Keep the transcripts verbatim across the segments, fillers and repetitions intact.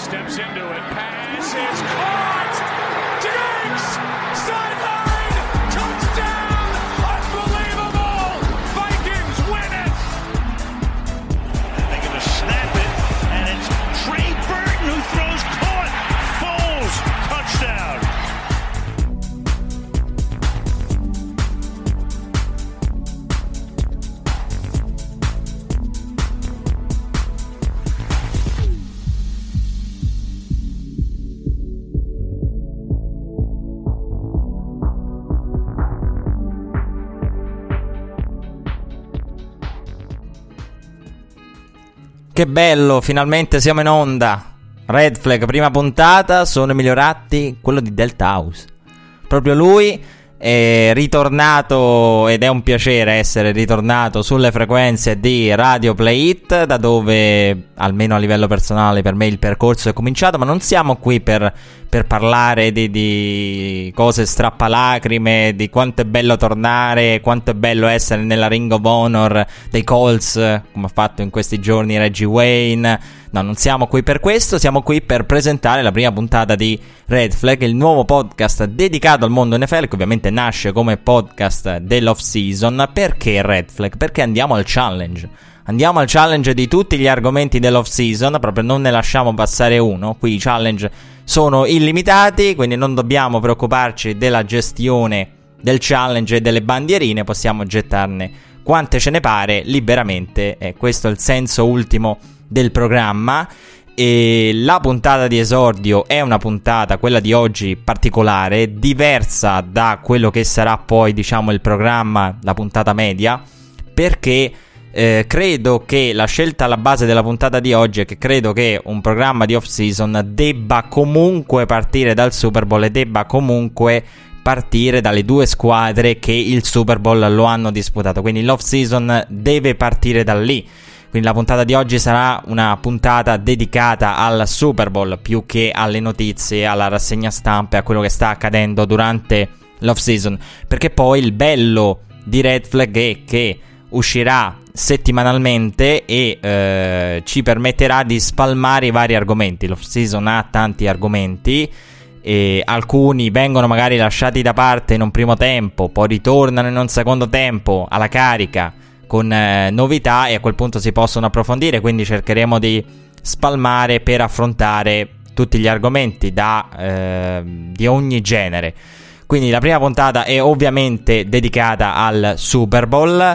steps into it, pass is caught, Diggs, sideline, touchdown, unbelievable, Vikings win it. They're going to snap it, and it's Trey Burton who throws caught, Foles, touchdown. Che bello, finalmente siamo in onda. Red Flag, prima puntata, sono Emilio Ratti, quello di Delta House. Proprio lui è ritornato ed è un piacere essere ritornato sulle frequenze di Radio Play It, da dove, almeno a livello personale, per me il percorso è cominciato. Ma non siamo qui per, per parlare di, di cose strappalacrime, di quanto è bello tornare, quanto è bello essere nella Ring of Honor dei Colts, come ha fatto in questi giorni Reggie Wayne. No, non siamo qui per questo, siamo qui per presentare la prima puntata di Red Flag, il nuovo podcast dedicato al mondo N F L, che ovviamente nasce come podcast dell'off season. Perché Red Flag? Perché andiamo al challenge. Andiamo al challenge di tutti gli argomenti dell'off season, proprio non ne lasciamo passare uno. Qui i challenge sono illimitati, quindi non dobbiamo preoccuparci della gestione del challenge e delle bandierine, possiamo gettarne quante ce ne pare liberamente, e questo è il senso ultimo del programma. E la puntata di esordio è una puntata, quella di oggi, particolare, diversa da quello che sarà poi, diciamo, il programma, la puntata media, perché eh, credo che la scelta alla base della puntata di oggi è che credo che un programma di off season debba comunque partire dal Super Bowl e debba comunque partire dalle due squadre che il Super Bowl lo hanno disputato, quindi l'off season deve partire da lì. Quindi la puntata di oggi sarà una puntata dedicata al Super Bowl più che alle notizie, alla rassegna stampa e a quello che sta accadendo durante l'off season, perché poi il bello di Red Flag è che uscirà settimanalmente e eh, ci permetterà di spalmare i vari argomenti. L'off season ha tanti argomenti e alcuni vengono magari lasciati da parte in un primo tempo, poi ritornano in un secondo tempo alla carica con eh, novità, e a quel punto si possono approfondire, quindi cercheremo di spalmare per affrontare tutti gli argomenti da, eh, di ogni genere. Quindi la prima puntata è ovviamente dedicata al Super Bowl.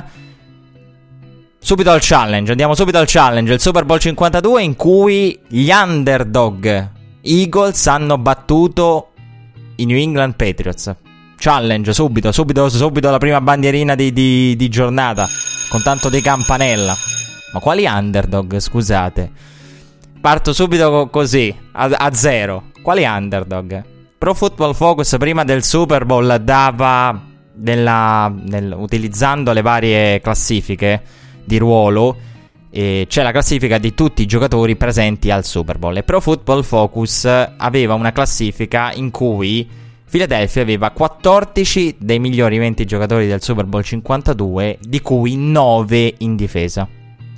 Subito al challenge, andiamo subito al challenge, il Super Bowl cinquantadue, in cui gli underdog Eagles hanno battuto i New England Patriots. Challenge, subito, subito, subito la prima bandierina di, di, di giornata, con tanto di campanella. Ma quali underdog, scusate? Parto subito co- così, a, a zero. Quali underdog? Pro Football Focus prima del Super Bowl dava, della, nel, utilizzando le varie classifiche di ruolo, e c'è la classifica di tutti i giocatori presenti al Super Bowl, e Pro Football Focus aveva una classifica in cui Philadelphia aveva quattordici dei migliori venti giocatori del Super Bowl cinquantadue, di cui nove in difesa.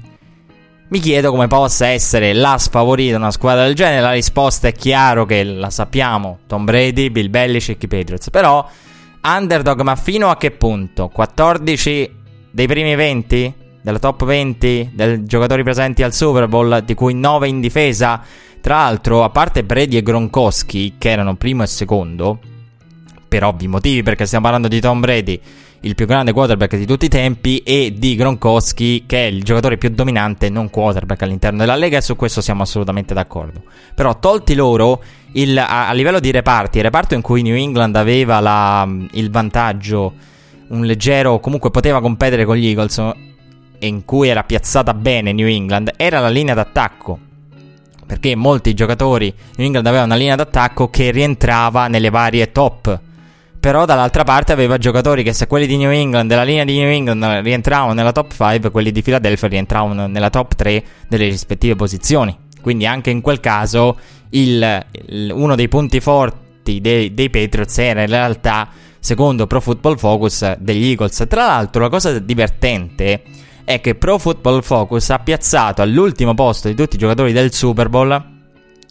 Mi chiedo come possa essere la sfavorita una squadra del genere. La risposta è chiaro che la sappiamo: Tom Brady, Bill Belichick, i Patriots. Però underdog, ma fino a che punto? quattordici dei primi venti? Della top venti dei giocatori presenti al Super Bowl, di cui nove in difesa? Tra l'altro, a parte Brady e Gronkowski, che erano primo e secondo, per ovvi motivi, perché stiamo parlando di Tom Brady, il più grande quarterback di tutti i tempi, e di Gronkowski, che è il giocatore più dominante non quarterback all'interno della Lega, e su questo siamo assolutamente d'accordo. Però tolti loro, il, a, a livello di reparti, il reparto in cui New England aveva la, il vantaggio, un leggero, comunque poteva competere con gli Eagles, e in cui era piazzata bene New England, era la linea d'attacco, perché molti giocatori New England aveva una linea d'attacco che rientrava nelle varie top. Però dall'altra parte aveva giocatori che, se quelli di New England, della linea di New England, rientravano nella top cinque, quelli di Philadelphia rientravano nella top tre delle rispettive posizioni. Quindi anche in quel caso il, il, uno dei punti forti dei, dei Patriots era in realtà, secondo Pro Football Focus, degli Eagles. Tra l'altro la cosa divertente è che Pro Football Focus ha piazzato all'ultimo posto di tutti i giocatori del Super Bowl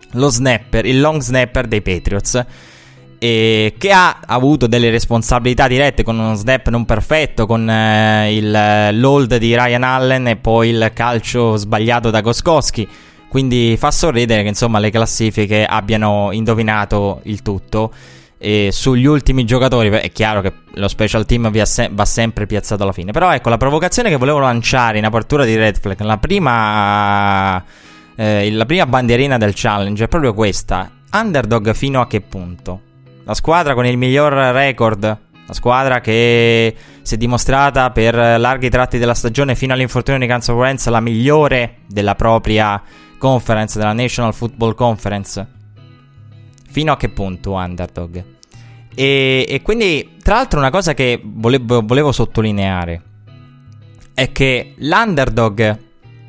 lo snapper, il long snapper dei Patriots, e che ha avuto delle responsabilità dirette con uno snap non perfetto, con eh, il l'hold di Ryan Allen e poi il calcio sbagliato da Gostkowski. Quindi fa sorridere che insomma le classifiche abbiano indovinato il tutto. E sugli ultimi giocatori è chiaro che lo special team va, se- va sempre piazzato alla fine. Però ecco, la provocazione che volevo lanciare in apertura di Red Flag, la prima eh, la prima bandierina del challenge è proprio questa: underdog fino a che punto? La squadra con il miglior record, la squadra che si è dimostrata per larghi tratti della stagione fino all'infortunio di Carson Wentz la migliore della propria conference, della National Football Conference. Fino a che punto underdog? E, e quindi, tra l'altro, una cosa che volevo, volevo sottolineare è che l'underdog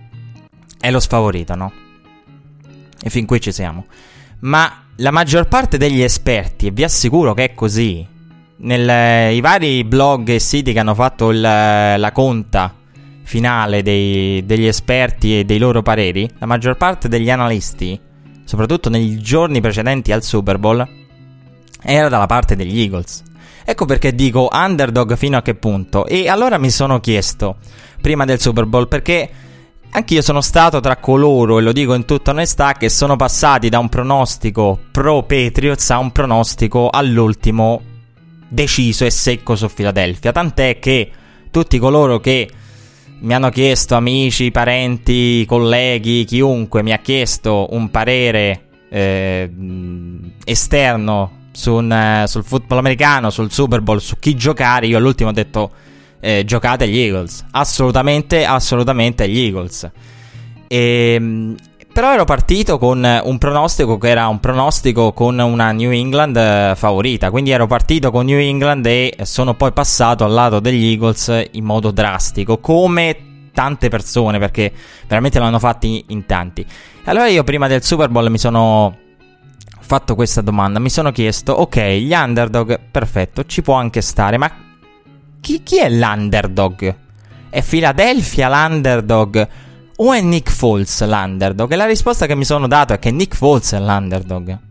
è lo sfavorito, no? E fin qui ci siamo. Ma la maggior parte degli esperti, e vi assicuro che è così, nei vari blog e siti che hanno fatto il, la conta finale dei, degli esperti e dei loro pareri, la maggior parte degli analisti, soprattutto nei giorni precedenti al Super Bowl, era dalla parte degli Eagles. Ecco perché dico underdog fino a che punto. E allora mi sono chiesto, prima del Super Bowl, perché anch'io sono stato tra coloro, e lo dico in tutta onestà, che sono passati da un pronostico pro Patriots a un pronostico all'ultimo deciso e secco su Philadelphia. Tant'è che tutti coloro che mi hanno chiesto, amici, parenti, colleghi, chiunque mi ha chiesto un parere eh, esterno su un, sul football americano, sul Super Bowl, su chi giocare, io all'ultimo ho detto eh, giocate agli Eagles, assolutamente, assolutamente agli Eagles. E, però ero partito con un pronostico che era un pronostico con una New England eh, favorita, quindi ero partito con New England e sono poi passato al lato degli Eagles in modo drastico, come tante persone, perché veramente l'hanno fatti in tanti. Allora io prima del Super Bowl mi sono fatto questa domanda, mi sono chiesto, ok, gli underdog, perfetto, ci può anche stare, ma chi, chi è l'underdog? È Philadelphia l'underdog o è Nick Foles l'underdog? E la risposta che mi sono dato è che Nick Foles è l'underdog.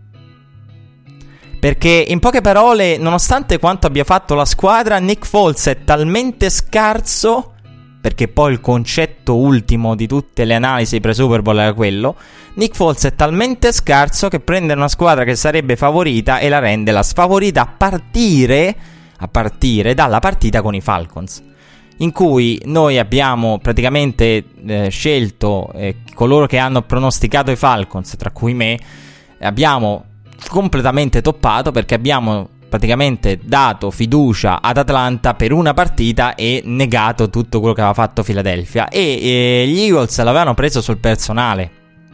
Perché in poche parole, nonostante quanto abbia fatto la squadra, Nick Foles è talmente scarso, perché poi il concetto ultimo di tutte le analisi pre-Super Bowl era quello, Nick Foles è talmente scarso che prende una squadra che sarebbe favorita e la rende la sfavorita a partire, a partire dalla partita con i Falcons, in cui noi abbiamo praticamente eh, scelto eh, coloro che hanno pronosticato i Falcons, tra cui me, abbiamo completamente toppato perché abbiamo praticamente dato fiducia ad Atlanta per una partita e negato tutto quello che aveva fatto Philadelphia. E eh, gli Eagles l'avevano preso sul personale,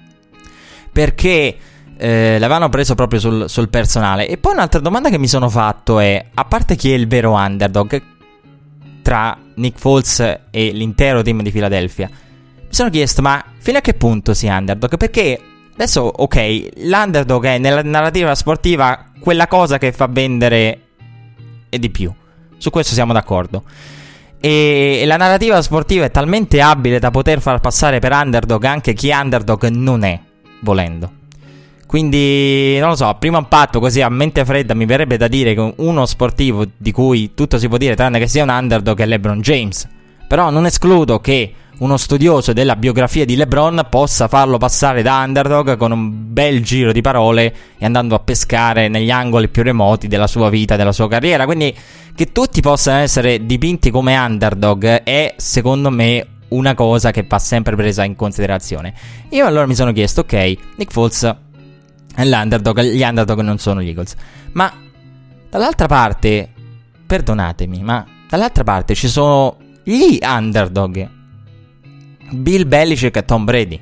perché eh, l'avevano preso proprio sul, sul personale. E poi un'altra domanda che mi sono fatto è, a parte chi è il vero underdog tra Nick Foles e l'intero team di Philadelphia, mi sono chiesto, ma fino a che punto si è underdog? Perché adesso, ok, l'underdog è nella narrativa sportiva quella cosa che fa vendere e di più, su questo siamo d'accordo, e, e la narrativa sportiva è talmente abile da poter far passare per underdog anche chi underdog non è, volendo. Quindi non lo so, a primo impatto, così a mente fredda, mi verrebbe da dire che uno sportivo di cui tutto si può dire tranne che sia un underdog è LeBron James. Però non escludo che uno studioso della biografia di LeBron possa farlo passare da underdog con un bel giro di parole e andando a pescare negli angoli più remoti della sua vita, della sua carriera. Quindi che tutti possano essere dipinti come underdog è, secondo me, una cosa che va sempre presa in considerazione. Io allora mi sono chiesto, ok, Nick Foles è l'underdog, gli underdog non sono gli Eagles, ma dall'altra parte, perdonatemi, ma dall'altra parte ci sono gli underdog, Bill Belichick e Tom Brady.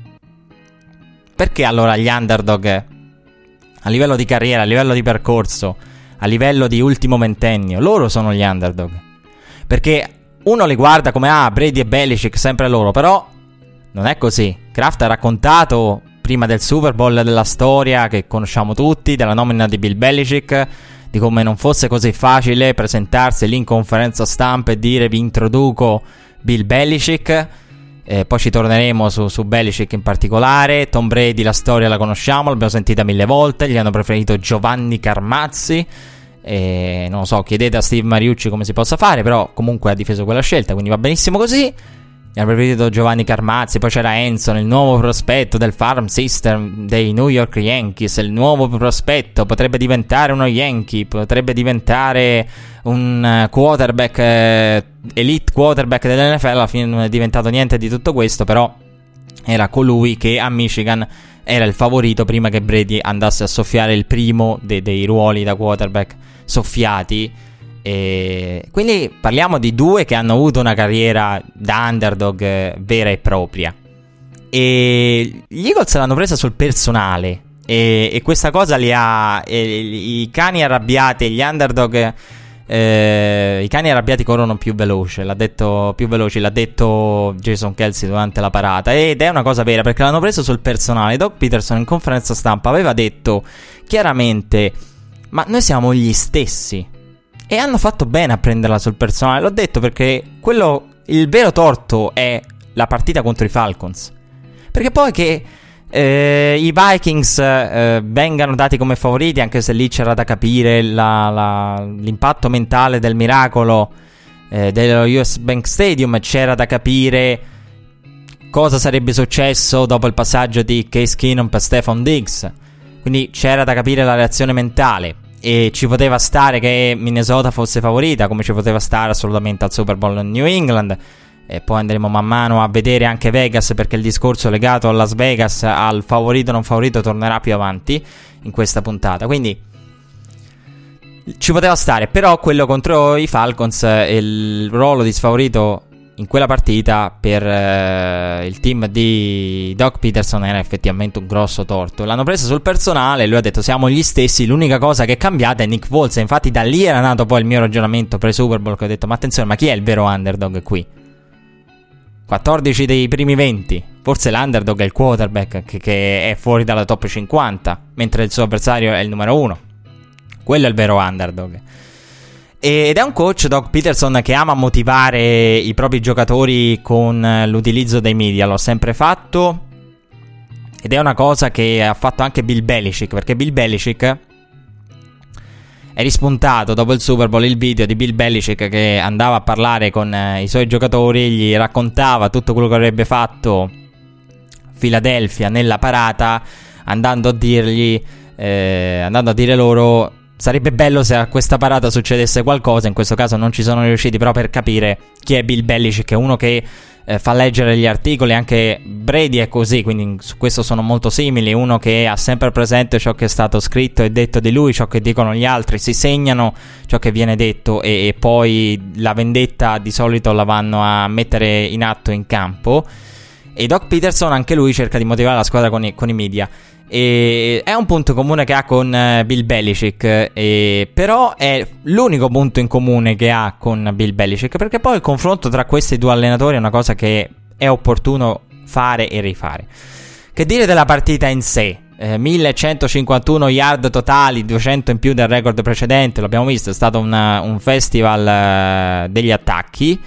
Perché allora gli underdog a livello di carriera, a livello di percorso, a livello di ultimo ventennio, loro sono gli underdog? Perché uno li guarda come ah, Brady e Belichick, sempre loro, però non è così. Kraft ha raccontato prima del Super Bowl della storia che conosciamo tutti, della nomina di Bill Belichick, di come non fosse così facile presentarsi lì in conferenza stampa e dire vi introduco Bill Belichick. Eh, poi ci torneremo su, su Belichick in particolare. Tom Brady, la storia la conosciamo, l'abbiamo sentita mille volte. Gli hanno preferito Giovanni Carmazzi. Eh, non lo so, chiedete a Steve Mariucci come si possa fare, però comunque ha difeso quella scelta, quindi va benissimo così. Gli hanno preferito Giovanni Carmazzi. Poi c'era Enzo, il nuovo prospetto del farm system dei New York Yankees. Il nuovo prospetto potrebbe diventare uno Yankee, potrebbe diventare un quarterback, eh, elite quarterback dell'N F L. Alla fine non è diventato niente di tutto questo, però era colui che a Michigan era il favorito prima che Brady andasse a soffiare il primo de- dei ruoli da quarterback soffiati. E quindi parliamo di due che hanno avuto una carriera da underdog eh, vera e propria, e gli Eagles l'hanno presa sul personale, e, e questa cosa li ha e, i cani arrabbiati e gli underdog, eh, i cani arrabbiati corrono più veloce, l'ha detto più veloci, l'ha detto Jason Kelce durante la parata, ed è una cosa vera perché l'hanno preso sul personale. Doug Peterson in conferenza stampa aveva detto chiaramente: ma noi siamo gli stessi. E hanno fatto bene a prenderla sul personale. L'ho detto perché quello, il vero torto è la partita contro i Falcons. Perché poi che eh, i Vikings eh, vengano dati come favoriti, anche se lì c'era da capire la, la, l'impatto mentale del miracolo eh, dello U S Bank Stadium, c'era da capire cosa sarebbe successo dopo il passaggio di Case Keenum per Stephon Diggs. Quindi c'era da capire la reazione mentale. E ci poteva stare che Minnesota fosse favorita, come ci poteva stare assolutamente al Super Bowl in New England. E poi andremo man mano a vedere anche Vegas, perché il discorso legato a Las Vegas, al favorito non favorito, tornerà più avanti in questa puntata. Quindi ci poteva stare. Però quello contro i Falcons, il ruolo di sfavorito in quella partita per uh, il team di Doug Peterson era effettivamente un grosso torto. L'hanno preso sul personale, lui ha detto siamo gli stessi, l'unica cosa che è cambiata è Nick Foles. E infatti da lì era nato poi il mio ragionamento pre-Super Bowl, che ho detto ma attenzione, ma chi è il vero underdog qui? quattordici dei primi venti, forse l'underdog è il quarterback che, che è fuori dalla top cinquanta, mentre il suo avversario è il numero uno. Quello è il vero underdog. Ed è un coach, Doug Peterson, che ama motivare i propri giocatori con l'utilizzo dei media. L'ho sempre fatto, ed è una cosa che ha fatto anche Bill Belichick, perché Bill Belichick è rispuntato dopo il Super Bowl il video di Bill Belichick che andava a parlare con i suoi giocatori, gli raccontava tutto quello che avrebbe fatto Philadelphia nella parata, andando a dirgli eh, andando a dire loro: sarebbe bello se a questa parata succedesse qualcosa. In questo caso non ci sono riusciti, però per capire chi è Bill Belichick, è uno che eh, fa leggere gli articoli. Anche Brady è così, quindi su questo sono molto simili. Uno che ha sempre presente ciò che è stato scritto e detto di lui, ciò che dicono gli altri, si segnano ciò che viene detto e, e poi la vendetta di solito la vanno a mettere in atto in campo. E Doug Peterson anche lui cerca di motivare la squadra con i, con i media. E è un punto comune che ha con uh, Bill Belichick, e però è l'unico punto in comune che ha con Bill Belichick, perché poi il confronto tra questi due allenatori è una cosa che è opportuno fare e rifare. Che dire della partita in sé? Eh, millecentocinquantuno yard totali, duecento in più del record precedente, l'abbiamo visto, è stato una, un festival uh, degli attacchi.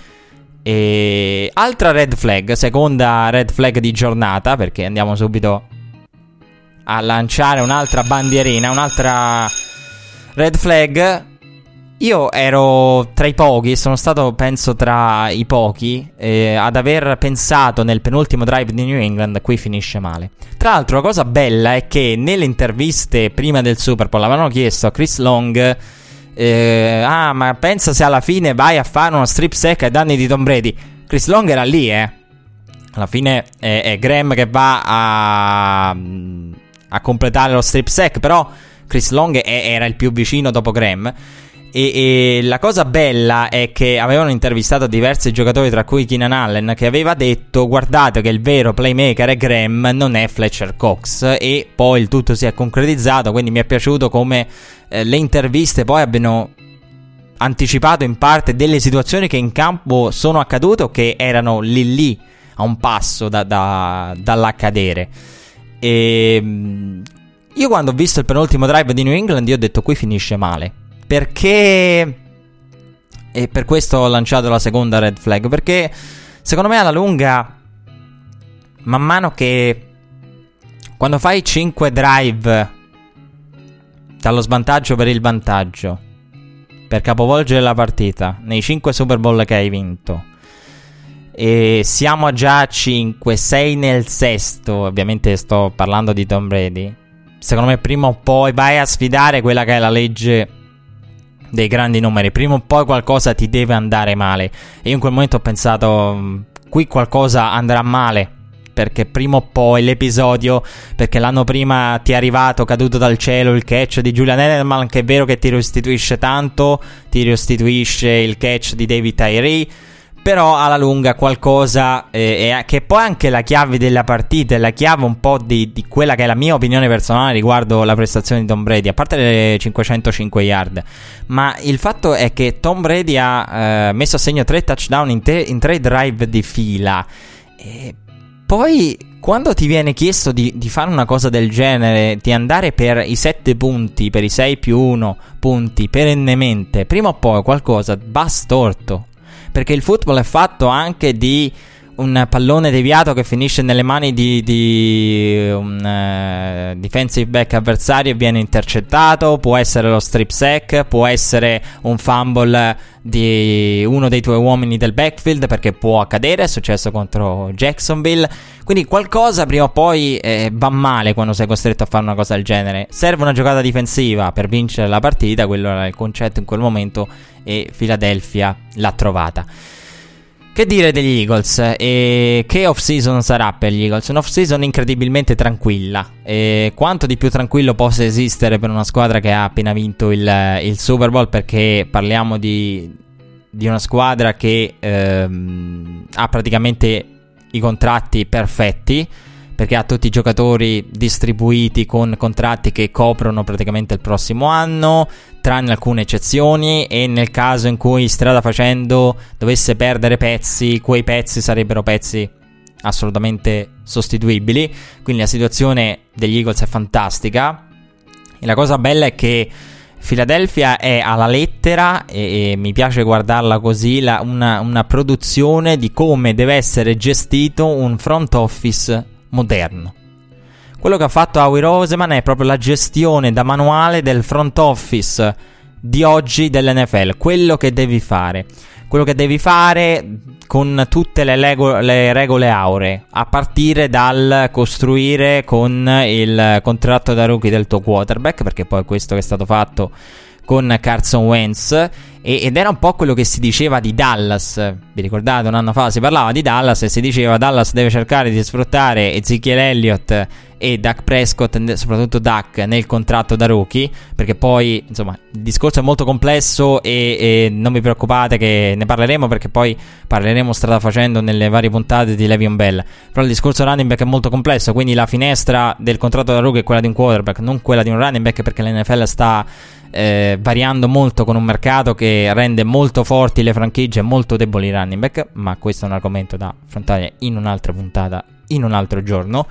E altra red flag, seconda red flag di giornata, perché andiamo subito a lanciare un'altra bandierina, un'altra red flag. Io ero tra i pochi, sono stato penso tra i pochi eh, ad aver pensato nel penultimo drive di New England: qui finisce male. Tra l'altro la cosa bella è che nelle interviste prima del Super Bowl avevano chiesto a Chris Long eh, ah ma pensa se alla fine vai a fare uno strip sack ai danni di Tom Brady. Chris Long era lì, eh alla fine è, è Graham che va a a completare lo strip sack, però Chris Long è, era il più vicino dopo Graham. E, e la cosa bella è che avevano intervistato diversi giocatori, tra cui Keenan Allen, che aveva detto: guardate che il vero playmaker è Graham, non è Fletcher Cox. E poi il tutto si è concretizzato, quindi mi è piaciuto come eh, le interviste poi abbiano anticipato in parte delle situazioni che in campo sono accadute o che erano lì lì a un passo da, da, dall'accadere. E io quando ho visto il penultimo drive di New England io ho detto: qui finisce male, perché, e per questo ho lanciato la seconda red flag, perché secondo me alla lunga man mano che quando fai cinque drive dallo svantaggio per il vantaggio per capovolgere la partita nei cinque Super Bowl che hai vinto, e siamo già a cinque sei nel sesto, ovviamente sto parlando di Tom Brady, secondo me prima o poi vai a sfidare quella che è la legge dei grandi numeri, prima o poi qualcosa ti deve andare male. E io in quel momento ho pensato, qui qualcosa andrà male, perché prima o poi l'episodio, perché l'anno prima ti è arrivato caduto dal cielo il catch di Julian Edelman, che è vero che ti restituisce tanto, ti restituisce il catch di David Tyree, però alla lunga qualcosa, eh, è, che poi anche la chiave della partita, la chiave un po' di, di quella che è la mia opinione personale riguardo la prestazione di Tom Brady, a parte le cinquecentocinque yard, ma il fatto è che Tom Brady ha eh, messo a segno tre touchdown in, te, in tre drive di fila, e poi quando ti viene chiesto di, di fare una cosa del genere, di andare per i sette punti, per i sei più uno punti perennemente, prima o poi qualcosa va storto. Perché il football è fatto anche di un pallone deviato che finisce nelle mani di, di un uh, defensive back avversario e viene intercettato, può essere lo strip sack, può essere un fumble di uno dei tuoi uomini del backfield, perché può accadere, è successo contro Jacksonville. Quindi qualcosa prima o poi eh, va male quando sei costretto a fare una cosa del genere. Serve una giocata difensiva per vincere la partita, quello era il concetto in quel momento, e Philadelphia l'ha trovata. Che dire degli Eagles? E che off-season sarà per gli Eagles? Un off-season incredibilmente tranquilla. E quanto di più tranquillo possa esistere per una squadra che ha appena vinto il, il Super Bowl, perché parliamo di, di una squadra che ehm, ha praticamente i contratti perfetti, perché ha tutti i giocatori distribuiti con contratti che coprono praticamente il prossimo anno, tranne alcune eccezioni, e nel caso in cui strada facendo dovesse perdere pezzi, quei pezzi sarebbero pezzi assolutamente sostituibili. Quindi la situazione degli Eagles è fantastica, e la cosa bella è che Philadelphia è alla lettera, e, e mi piace guardarla così, la, una, una produzione di come deve essere gestito un front office moderno. Quello che ha fatto Howie Roseman è proprio la gestione da manuale del front office di oggi dell'N F L. Quello che devi fare, quello che devi fare con tutte le, lego, le regole auree, a partire dal costruire con il contratto da rookie del tuo quarterback, perché poi questo che è stato fatto con Carson Wentz, e, ed era un po' quello che si diceva di Dallas. Vi ricordate, un anno fa si parlava di Dallas e si diceva Dallas deve cercare di sfruttare Ezekiel Elliott e Dak Prescott, soprattutto Dak, nel contratto da rookie, perché poi insomma il discorso è molto complesso, e, e non vi preoccupate che ne parleremo, perché poi parleremo strada facendo nelle varie puntate di Le'Veon Bell. Però il discorso running back è molto complesso, quindi la finestra del contratto da rookie è quella di un quarterback, non quella di un running back, perché l'N F L sta eh, variando molto, con un mercato che rende molto forti le franchigie e molto deboli i running back, ma questo è un argomento da affrontare in un'altra puntata, in un altro giorno.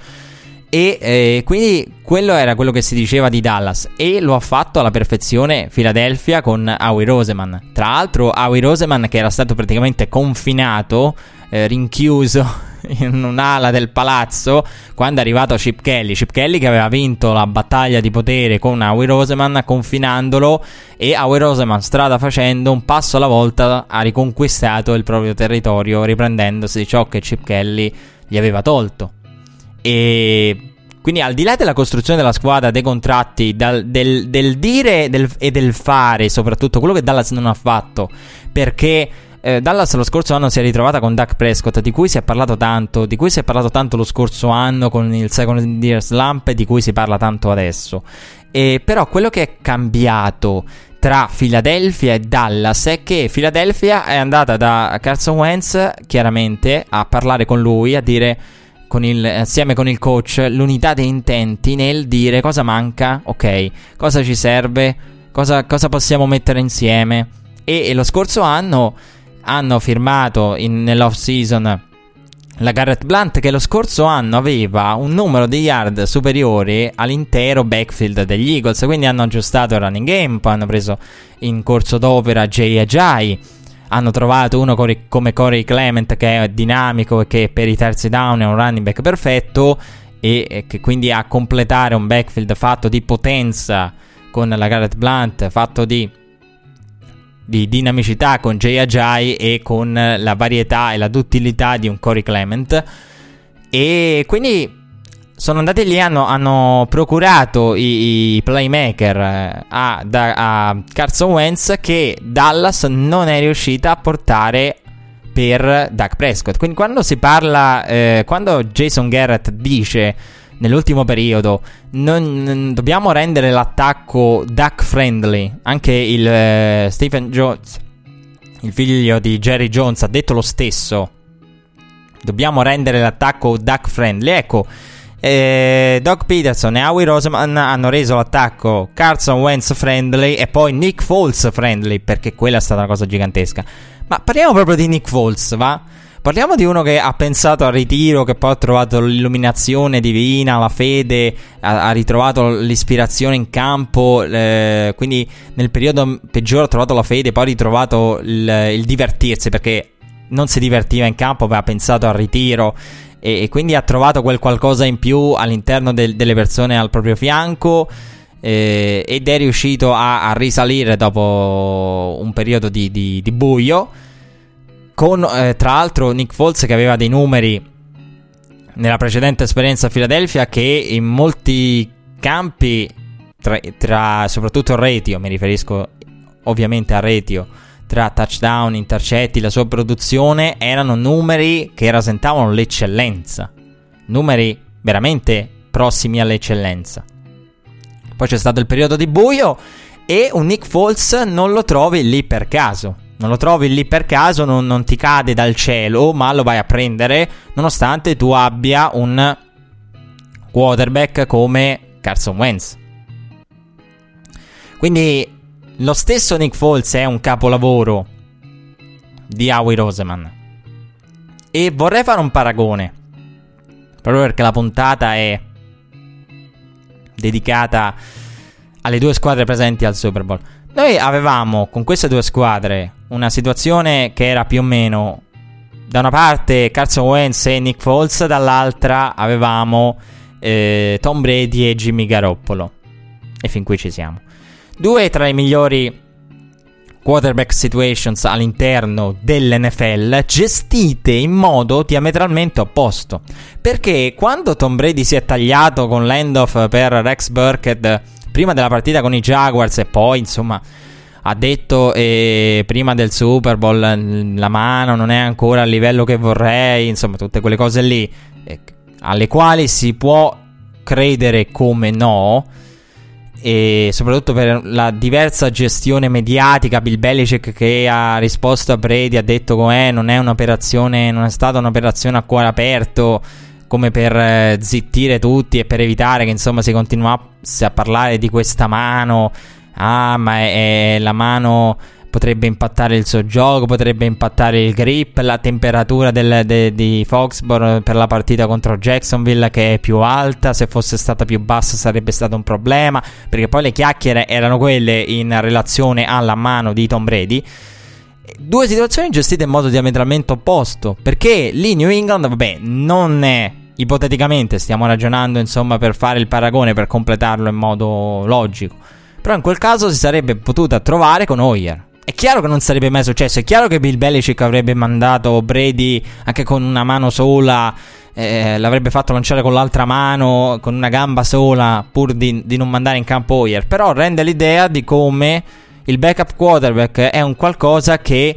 E eh, quindi quello era quello che si diceva di Dallas, e lo ha fatto alla perfezione Philadelphia con Howie Roseman. Tra l'altro Howie Roseman, che era stato praticamente confinato, eh, rinchiuso in un'ala del palazzo quando è arrivato Chip Kelly Chip Kelly che aveva vinto la battaglia di potere con Howie Roseman, confinandolo, e Howie Roseman, strada facendo, un passo alla volta ha riconquistato il proprio territorio, riprendendosi ciò che Chip Kelly gli aveva tolto. E quindi, al di là della costruzione della squadra, dei contratti, dal, del, del dire del, e del fare, soprattutto quello che Dallas non ha fatto, perché eh, Dallas lo scorso anno si è ritrovata con Dak Prescott, di cui si è parlato tanto, di cui si è parlato tanto lo scorso anno con il second year slump, e di cui si parla tanto adesso. E però quello che è cambiato tra Philadelphia e Dallas è che Philadelphia è andata da Carson Wentz chiaramente a parlare con lui, a dire con il, assieme con il coach, l'unità dei intenti nel dire cosa manca, ok, cosa ci serve, cosa, cosa possiamo mettere insieme. E, e lo scorso anno hanno firmato in, nell'off season la Garrett Blount, che lo scorso anno aveva un numero di yard superiore all'intero backfield degli Eagles, quindi hanno aggiustato il running game, poi hanno preso in corso d'opera Jay Ajayi, hanno trovato uno come Corey Clement che è dinamico e che per i terzi down è un running back perfetto, e, e che quindi a completare un backfield fatto di potenza con la Garrett Blount, fatto di, di dinamicità con Jay Ajayi e con la varietà e la duttilità di un Corey Clement. E quindi sono andati lì, hanno, hanno procurato i, i playmaker a, da, a Carson Wentz, che Dallas non è riuscita a portare per Dak Prescott. Quindi quando si parla, eh, quando Jason Garrett dice nell'ultimo periodo non, non dobbiamo rendere l'attacco Dak friendly, anche il eh, Stephen Jones, il figlio di Jerry Jones, ha detto lo stesso, dobbiamo rendere l'attacco Dak friendly. Ecco, eh, Doug Peterson e Howie Roseman hanno reso l'attacco Carson Wentz friendly e poi Nick Foles friendly, perché quella è stata una cosa gigantesca. Ma parliamo proprio di Nick Foles, va? Parliamo di uno che ha pensato al ritiro, che poi ha trovato l'illuminazione divina, la fede, ha, ha ritrovato l'ispirazione in campo, eh, quindi nel periodo peggiore ha trovato la fede, poi ha ritrovato il, il divertirsi, perché non si divertiva in campo, aveva pensato al ritiro, e, e quindi ha trovato quel qualcosa in più all'interno del, delle persone al proprio fianco, eh, ed è riuscito a, a risalire dopo un periodo di, di, di buio. Con eh, tra l'altro Nick Foles che aveva dei numeri nella precedente esperienza a Philadelphia che in molti campi, tra, tra soprattutto il ratio, mi riferisco ovviamente al ratio tra touchdown, intercetti, la sua produzione, erano numeri che rasentavano l'eccellenza, numeri veramente prossimi all'eccellenza. Poi c'è stato il periodo di buio e un Nick Foles non lo trovi lì per caso. Non lo trovi lì per caso, non, non ti cade dal cielo, ma lo vai a prendere nonostante tu abbia un quarterback come Carson Wentz. Quindi lo stesso Nick Foles è un capolavoro di Howie Roseman. E vorrei fare un paragone, proprio perché la puntata è dedicata alle due squadre presenti al Super Bowl. Noi avevamo con queste due squadre una situazione che era più o meno da una parte Carson Wentz e Nick Foles, dall'altra avevamo eh, Tom Brady e Jimmy Garoppolo, e fin qui ci siamo. Due tra i migliori quarterback situations all'interno dell'N F L, gestite in modo diametralmente opposto, perché quando Tom Brady si è tagliato con l'handoff per Rex Burkhead prima della partita con i Jaguars, e poi insomma ha detto eh, prima del Super Bowl la mano non è ancora al livello che vorrei, insomma tutte quelle cose lì eh, alle quali si può credere come no, e soprattutto per la diversa gestione mediatica. Bill Belichick che ha risposto a Brady ha detto che eh, non è un'operazione, non è stata un'operazione a cuore aperto, come per eh, zittire tutti e per evitare che insomma si continuasse a parlare di questa mano. Ah, ma è, è la mano potrebbe impattare il suo gioco, potrebbe impattare il grip, la temperatura del, de, di Foxborough per la partita contro Jacksonville che è più alta, se fosse stata più bassa sarebbe stato un problema, perché poi le chiacchiere erano quelle in relazione alla mano di Tom Brady. Due situazioni gestite in modo diametralmente opposto, perché lì New England, vabbè, non è, ipoteticamente stiamo ragionando insomma per fare il paragone, per completarlo in modo logico, però in quel caso si sarebbe potuta trovare con Hoyer. È chiaro che non sarebbe mai successo, è chiaro che Bill Belichick avrebbe mandato Brady anche con una mano sola, eh, l'avrebbe fatto lanciare con l'altra mano, con una gamba sola, pur di, di non mandare in campo Hoyer. Però rende l'idea di come il backup quarterback è un qualcosa che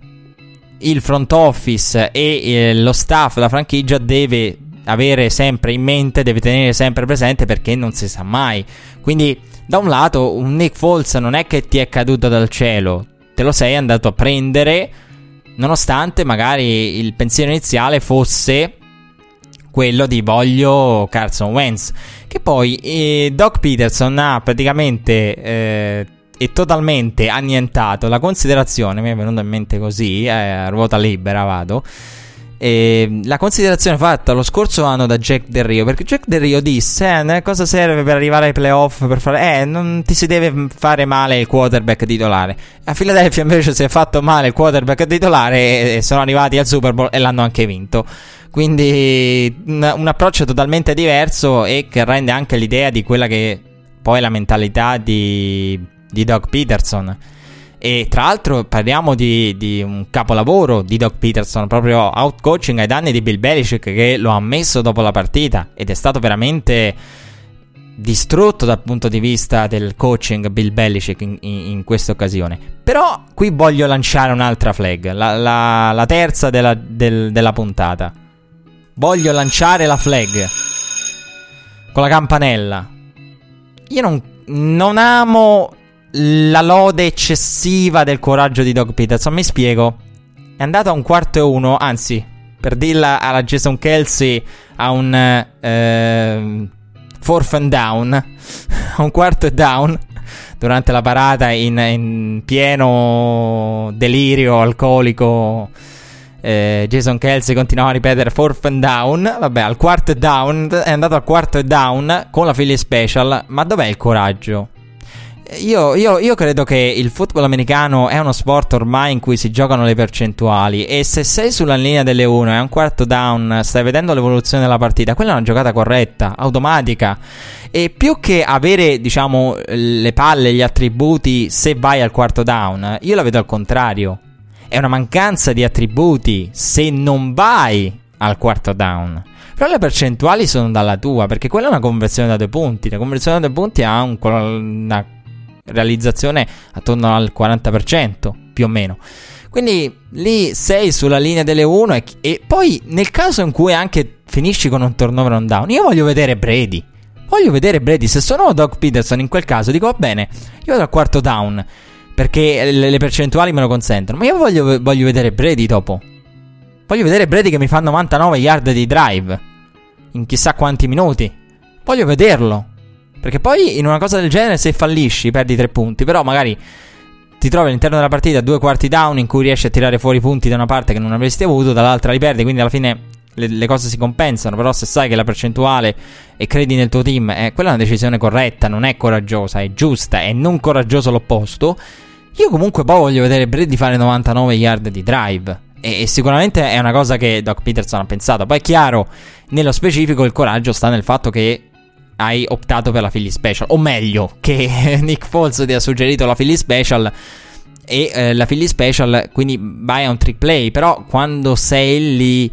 il front office e eh, lo staff, la franchigia deve avere sempre in mente, deve tenere sempre presente, perché non si sa mai. Quindi da un lato un Nick Foles non è che ti è caduto dal cielo, te lo sei andato a prendere, nonostante magari il pensiero iniziale fosse quello di voglio Carson Wentz, che poi eh, Doug Peterson ha praticamente eh, e totalmente annientato la considerazione, mi è venuto in mente così, eh, a ruota libera vado, E la considerazione fatta lo scorso anno da Jack Del Rio, perché Jack Del Rio disse eh, cosa serve per arrivare ai playoff, per fare eh non ti si deve fare male il quarterback titolare. A Philadelphia invece si è fatto male il quarterback titolare e sono arrivati al Super Bowl e l'hanno anche vinto. Quindi un, un approccio totalmente diverso e che rende anche l'idea di quella che poi è la mentalità di, di Doug Peterson. E tra l'altro parliamo di, di un capolavoro di Doug Peterson, proprio outcoaching ai danni di Bill Belichick, che lo ha ammesso dopo la partita ed è stato veramente distrutto dal punto di vista del coaching Bill Belichick in, in, in questa occasione. Però qui voglio lanciare un'altra flag, la, la, la terza della, del, della puntata. Voglio lanciare la flag con la campanella. Io non, non amo la lode eccessiva del coraggio di Doug Peterson. Mi spiego. È andato a un quarto e uno, anzi, per dirla alla Jason Kelce, a un eh, fourth and down, a un quarto e down, durante la parata in, in pieno delirio alcolico. eh, Jason Kelce continuava a ripetere fourth and down. Vabbè, al quarto e down, è andato al quarto e down con la Philly Special. Ma dov'è il coraggio? Io, io, io credo che il football americano è uno sport ormai in cui si giocano le percentuali, e se sei sulla linea delle uno e a un quarto down stai vedendo l'evoluzione della partita, quella è una giocata corretta, automatica. E più che avere, diciamo, le palle, gli attributi se vai al quarto down, io la vedo al contrario. È una mancanza di attributi se non vai al quarto down. Però le percentuali sono dalla tua, perché quella è una conversione da due punti. La conversione da due punti ha un, una realizzazione attorno al quaranta per cento più o meno. Quindi lì sei sulla linea delle uno e, e poi nel caso in cui anche finisci con un turnover on down, io voglio vedere Brady. Voglio vedere Brady. Se sono Doug Peterson in quel caso dico va bene, io vado al quarto down perché le, le percentuali me lo consentono, ma io voglio, voglio vedere Brady dopo. Voglio vedere Brady che mi fa novantanove yard di drive in chissà quanti minuti. Voglio vederlo. Perché poi in una cosa del genere, se fallisci, perdi tre punti. Però magari ti trovi all'interno della partita due quarti down in cui riesci a tirare fuori punti da una parte che non avresti avuto, dall'altra li perdi. Quindi alla fine le, le cose si compensano. Però se sai che la percentuale e credi nel tuo team, eh, quella è una decisione corretta, non è coraggiosa, è giusta, è non coraggioso l'opposto. Io comunque poi voglio vedere Brady fare novantanove yard di drive. E, e sicuramente è una cosa che Doug Peterson ha pensato. Poi è chiaro, nello specifico il coraggio sta nel fatto che hai optato per la Philly Special, o meglio, che Nick Foles ti ha suggerito la Philly Special e eh, la Philly Special, quindi vai a un trick play. Però quando sei lì,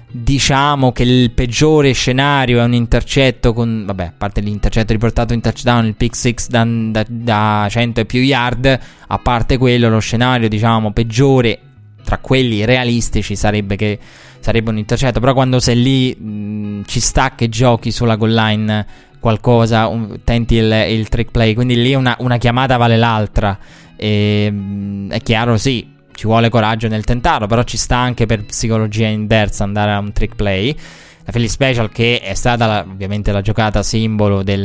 diciamo che il peggiore scenario è un intercetto con, vabbè, a parte l'intercetto riportato in touchdown, il pick six da, da, da cento e più yard, a parte quello, lo scenario, diciamo, peggiore tra quelli realistici sarebbe che sarebbe un intercetto. Però quando sei lì mh, ci sta che giochi sulla goal line qualcosa, un, tenti il, il trick play, quindi lì una, una chiamata vale l'altra. E, mh, è chiaro, sì, ci vuole coraggio nel tentarlo, però ci sta anche per psicologia inversa andare a un trick play. La Philly Special, che è stata la, ovviamente la giocata simbolo del,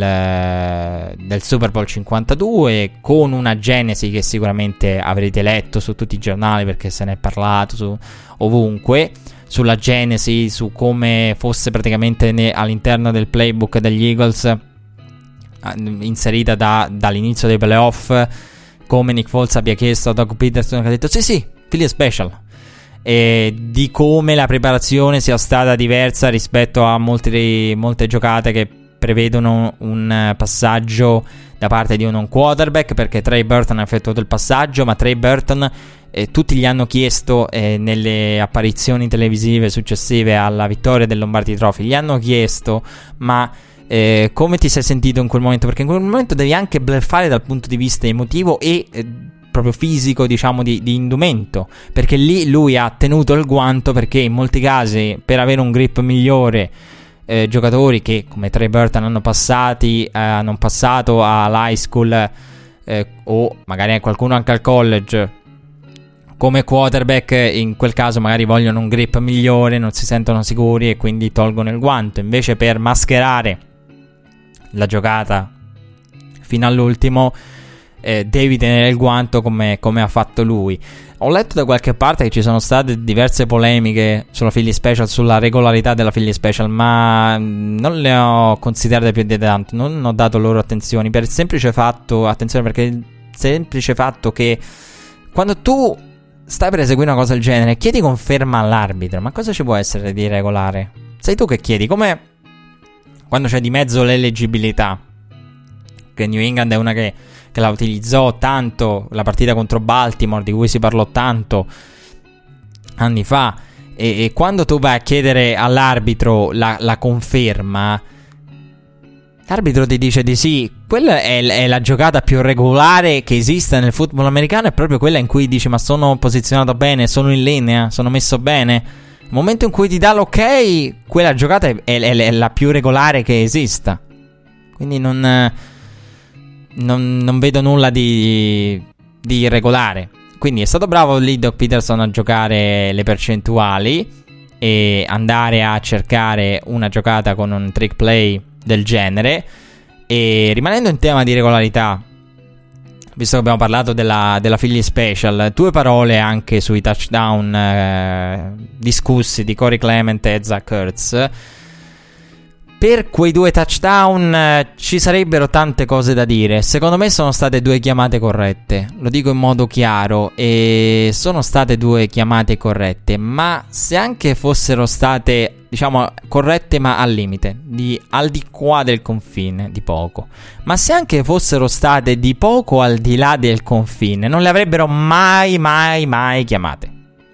del Super Bowl cinquantadue, con una genesi che sicuramente avrete letto su tutti i giornali perché se ne è parlato su, ovunque, sulla genesi, su come fosse praticamente ne, all'interno del playbook degli Eagles, inserita da, dall'inizio dei playoff, come Nick Foles abbia chiesto a Doug Peterson, che ha detto sì sì, Philly Special, e di come la preparazione sia stata diversa rispetto a molti, molte giocate che prevedono un passaggio da parte di un non quarterback, perché Trey Burton ha effettuato il passaggio, ma Trey Burton eh, tutti gli hanno chiesto eh, nelle apparizioni televisive successive alla vittoria del Lombardi Trophy, gli hanno chiesto ma eh, come ti sei sentito in quel momento, perché in quel momento devi anche bluffare dal punto di vista emotivo e eh, proprio fisico, diciamo, di, di indumento, perché lì lui ha tenuto il guanto, perché in molti casi per avere un grip migliore eh, giocatori che come Trey Burton hanno passati eh, hanno passato all'high school eh, o magari qualcuno anche al college come quarterback, in quel caso magari vogliono un grip migliore, non si sentono sicuri e quindi tolgono il guanto. Invece per mascherare la giocata fino all'ultimo eh, devi tenere il guanto come, come ha fatto lui. Ho letto da qualche parte che ci sono state diverse polemiche sulla Philly Special, sulla regolarità della Philly Special, ma non le ho considerate più di tanto, non ho dato loro attenzione, per il semplice fatto, attenzione perché il semplice fatto che quando tu stai per eseguire una cosa del genere, chiedi conferma all'arbitro, ma cosa ci può essere di regolare? Sei tu che chiedi, come quando c'è di mezzo l'eleggibilità, che New England è una che, che la utilizzò tanto, la partita contro Baltimore, di cui si parlò tanto anni fa, e, e quando tu vai a chiedere all'arbitro la, la conferma, l'arbitro ti dice di sì, quella è, è la giocata più regolare che esista nel football americano, è proprio quella in cui dici ma sono posizionato bene, sono in linea, sono messo bene. Nel momento in cui ti dà l'ok, quella giocata è, è, è la più regolare che esista. Quindi non, non, non vedo nulla di, di irregolare. Quindi è stato bravo lì Doug Peterson a giocare le percentuali e andare a cercare una giocata con un trick play del genere. E rimanendo in tema di regolarità, visto che abbiamo parlato della, della Philly Special, due parole anche sui touchdown eh, discussi di Corey Clement e Zach Ertz. Per quei due touchdown eh, ci sarebbero tante cose da dire. Secondo me sono state due chiamate corrette, lo dico in modo chiaro, e sono state due chiamate corrette, ma se anche fossero state, diciamo, corrette ma al limite, di al di qua del confine, di poco, ma se anche fossero state di poco al di là del confine, non le avrebbero mai mai mai chiamate.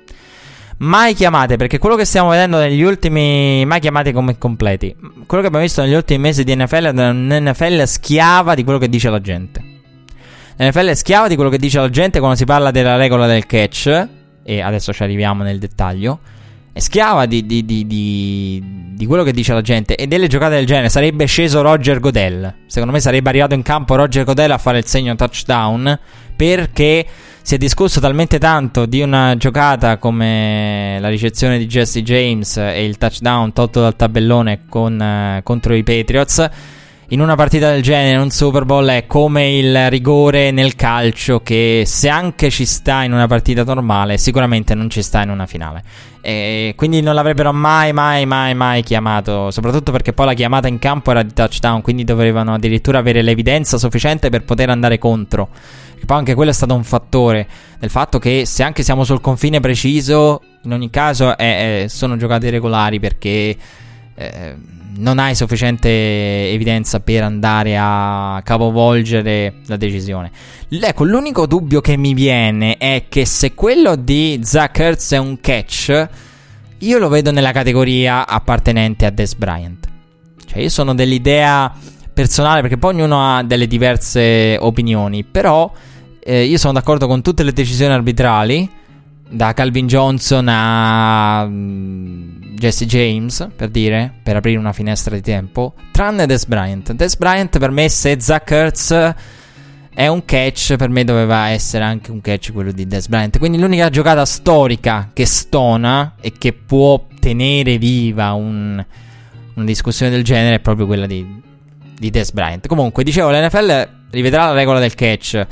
Mai chiamate, perché quello che stiamo vedendo negli ultimi, mai chiamate come completi, quello che abbiamo visto negli ultimi mesi di N F L è un'N F L schiava di quello che dice la gente. L'N F L è schiava di quello che dice la gente quando si parla della regola del catch, e adesso ci arriviamo nel dettaglio. È schiava di, di, di, di, di quello che dice la gente e delle giocate del genere. Sarebbe sceso Roger Goodell, secondo me sarebbe arrivato in campo Roger Goodell a fare il segno touchdown, perché si è discusso talmente tanto di una giocata come la ricezione di Jesse James e il touchdown tolto dal tabellone con, uh, contro i Patriots. In una partita del genere, in un Super Bowl, è come il rigore nel calcio, che se anche ci sta in una partita normale, sicuramente non ci sta in una finale. E quindi non l'avrebbero mai, mai, mai, mai chiamato, soprattutto perché poi la chiamata in campo era di touchdown, quindi dovevano addirittura avere l'evidenza sufficiente per poter andare contro. E poi anche quello è stato un fattore del fatto che se anche siamo sul confine preciso, in ogni caso è, è, sono giocate regolari, perché eh, non hai sufficiente evidenza per andare a capovolgere la decisione. Ecco, l'unico dubbio che mi viene è che se quello di Zach Ertz è un catch, io lo vedo nella categoria appartenente a Dez Bryant. Cioè io sono dell'idea personale, perché poi ognuno ha delle diverse opinioni, però eh, io sono d'accordo con tutte le decisioni arbitrali, da Calvin Johnson a um, Jesse James, per dire, per aprire una finestra di tempo, tranne Dez Bryant. Dez Bryant, per me, se Zach Ertz è un catch, per me doveva essere anche un catch quello di Dez Bryant. Quindi l'unica giocata storica che stona e che può tenere viva un, una discussione del genere è proprio quella di, di Dez Bryant. Comunque, dicevo, l'N F L rivedrà la regola del catch.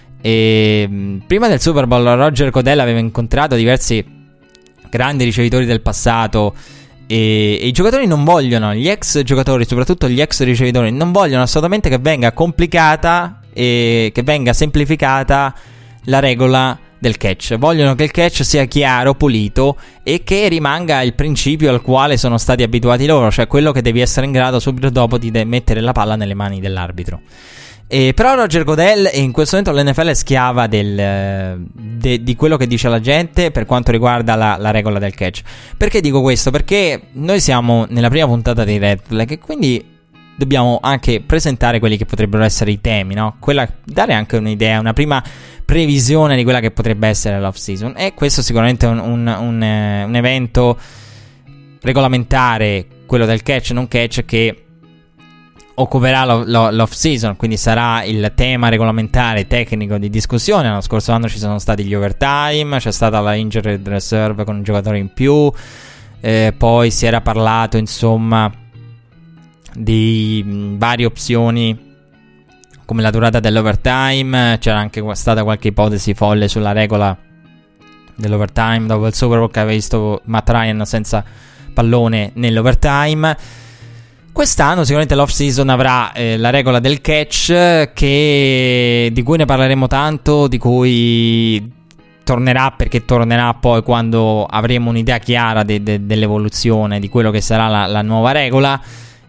E prima del Super Bowl Roger Goodell aveva incontrato diversi grandi ricevitori del passato, e, e i giocatori non vogliono, gli ex giocatori, soprattutto gli ex ricevitori, non vogliono assolutamente che venga complicata e che venga semplificata la regola del catch. Vogliono che il catch sia chiaro, pulito, e che rimanga il principio al quale sono stati abituati loro, cioè quello che devi essere in grado subito dopo di de- mettere la palla nelle mani dell'arbitro. E però Roger Goodell, e in questo momento l'N F L è schiava del, de, di quello che dice la gente per quanto riguarda la, la regola del catch. Perché dico questo? Perché noi siamo nella prima puntata dei Red Flag e quindi dobbiamo anche presentare quelli che potrebbero essere i temi, no? Quella, dare anche un'idea, una prima previsione di quella che potrebbe essere l'off season. E questo sicuramente è un, un, un, un evento regolamentare, quello del catch non catch, che occuperà lo, lo, l'off season, quindi sarà il tema regolamentare tecnico di discussione. L'anno scorso anno ci sono stati gli overtime, c'è stata la injured reserve con un giocatore in più, eh, poi si era parlato insomma di mh, varie opzioni come la durata dell'overtime. C'era anche stata qualche ipotesi folle sulla regola dell'overtime dopo il Super Bowl, che aveva visto Matt Ryan senza pallone nell'overtime. Quest'anno sicuramente l'off season avrà eh, la regola del catch, che di cui ne parleremo tanto, di cui tornerà, perché tornerà poi quando avremo un'idea chiara de- de- dell'evoluzione di quello che sarà la, la nuova regola.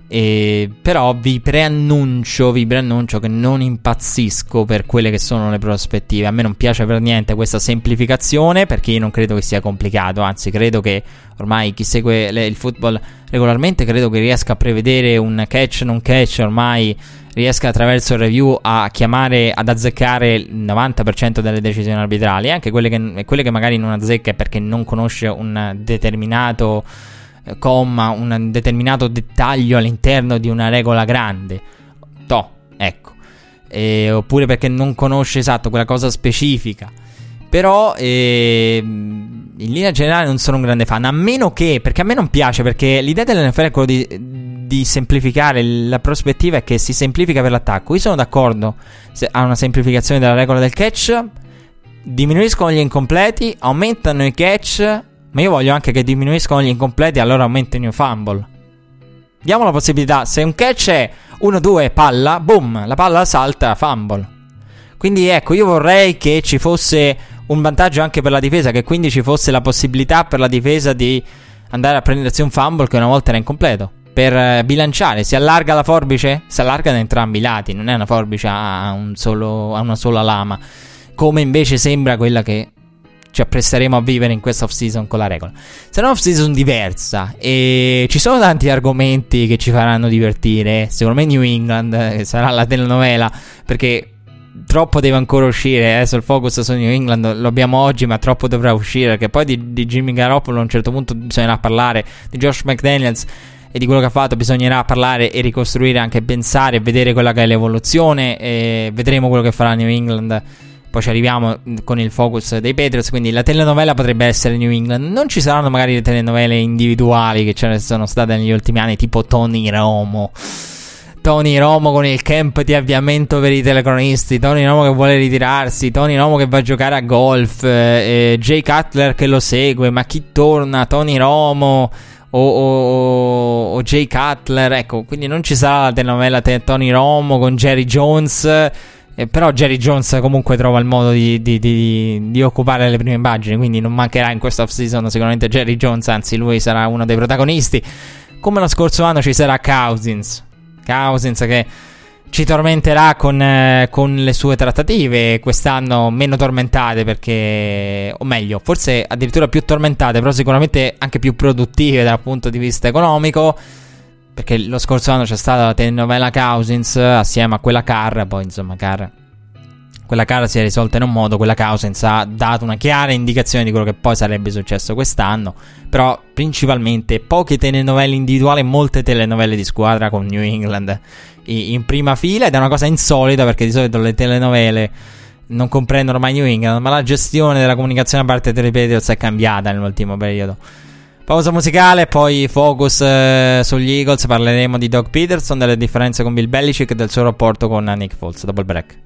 E però vi preannuncio, vi preannuncio che non impazzisco per quelle che sono le prospettive. A me non piace per niente questa semplificazione, perché io non credo che sia complicato, anzi credo che ormai chi segue le, il football regolarmente credo che riesca a prevedere un catch non catch, ormai riesca attraverso il review a chiamare, ad azzeccare il novanta per cento delle decisioni arbitrali, anche quelle che, quelle che magari non azzecca perché non conosce un determinato comma, un determinato dettaglio all'interno di una regola grande, toh, ecco, e, oppure perché non conosce esatto quella cosa specifica. Però eh, in linea generale non sono un grande fan, a meno che, perché a me non piace, perché l'idea dell'N F L è quello di, di semplificare. La prospettiva è che si semplifica per l'attacco. Io sono d'accordo se, a una semplificazione della regola del catch, diminuiscono gli incompleti, aumentano i catch. Ma io voglio anche che diminuiscono gli incompleti, allora aumentino i fumble. Diamo la possibilità, se un catch è uno due palla, boom, la palla salta, fumble. Quindi ecco, io vorrei che ci fosse un vantaggio anche per la difesa, che quindi ci fosse la possibilità per la difesa di andare a prendersi un fumble che una volta era incompleto, per eh, bilanciare. Si allarga la forbice? Si allarga da entrambi i lati, non è una forbice a, un solo, a una sola lama, come invece sembra quella che ci appresteremo a vivere in questa off-season con la regola. Sarà un'off-season diversa e ci sono tanti argomenti che ci faranno divertire. Secondo me New England eh, sarà la telenovela, perché troppo deve ancora uscire. Adesso il focus su New England lo abbiamo oggi, ma troppo dovrà uscire, perché poi di, di Jimmy Garoppolo a un certo punto bisognerà parlare, di Josh McDaniels e di quello che ha fatto bisognerà parlare e ricostruire, anche pensare e vedere quella che è l'evoluzione, e vedremo quello che farà New England. Poi ci arriviamo con il focus dei Patriots, quindi la telenovela potrebbe essere New England. Non ci saranno magari le telenovele individuali che ce ne sono state negli ultimi anni, tipo Tony Romo. Tony Romo con il camp di avviamento per i telecronisti, Tony Romo che vuole ritirarsi, Tony Romo che va a giocare a golf, eh, Jay Cutler che lo segue, ma chi torna? Tony Romo o, o, o Jay Cutler, ecco, quindi non ci sarà la telenovela te- Tony Romo con Jerry Jones. Eh, però Jerry Jones comunque trova il modo di, di, di, di occupare le prime immagini, quindi non mancherà in questa off-season sicuramente Jerry Jones, anzi lui sarà uno dei protagonisti. Come lo scorso anno ci sarà Cousins Cousins che ci tormenterà con, eh, con le sue trattative, quest'anno meno tormentate, perché, o meglio, forse addirittura più tormentate, però sicuramente anche più produttive dal punto di vista economico, perché lo scorso anno c'è stata la telenovela Cousins assieme a quella Carr. Poi insomma Carr, quella Carr si è risolta in un modo, quella Cousins ha dato una chiara indicazione di quello che poi sarebbe successo quest'anno. Però principalmente poche telenovelle individuali e molte telenovelle di squadra con New England in prima fila, ed è una cosa insolita perché di solito le telenovele non comprendono mai New England, ma la gestione della comunicazione da parte dei Patriots è cambiata nell'ultimo periodo. Pausa musicale, poi focus eh, sugli Eagles. Parleremo di Doug Peterson, delle differenze con Bill Belichick e del suo rapporto con Nick Foles. Dopo il break.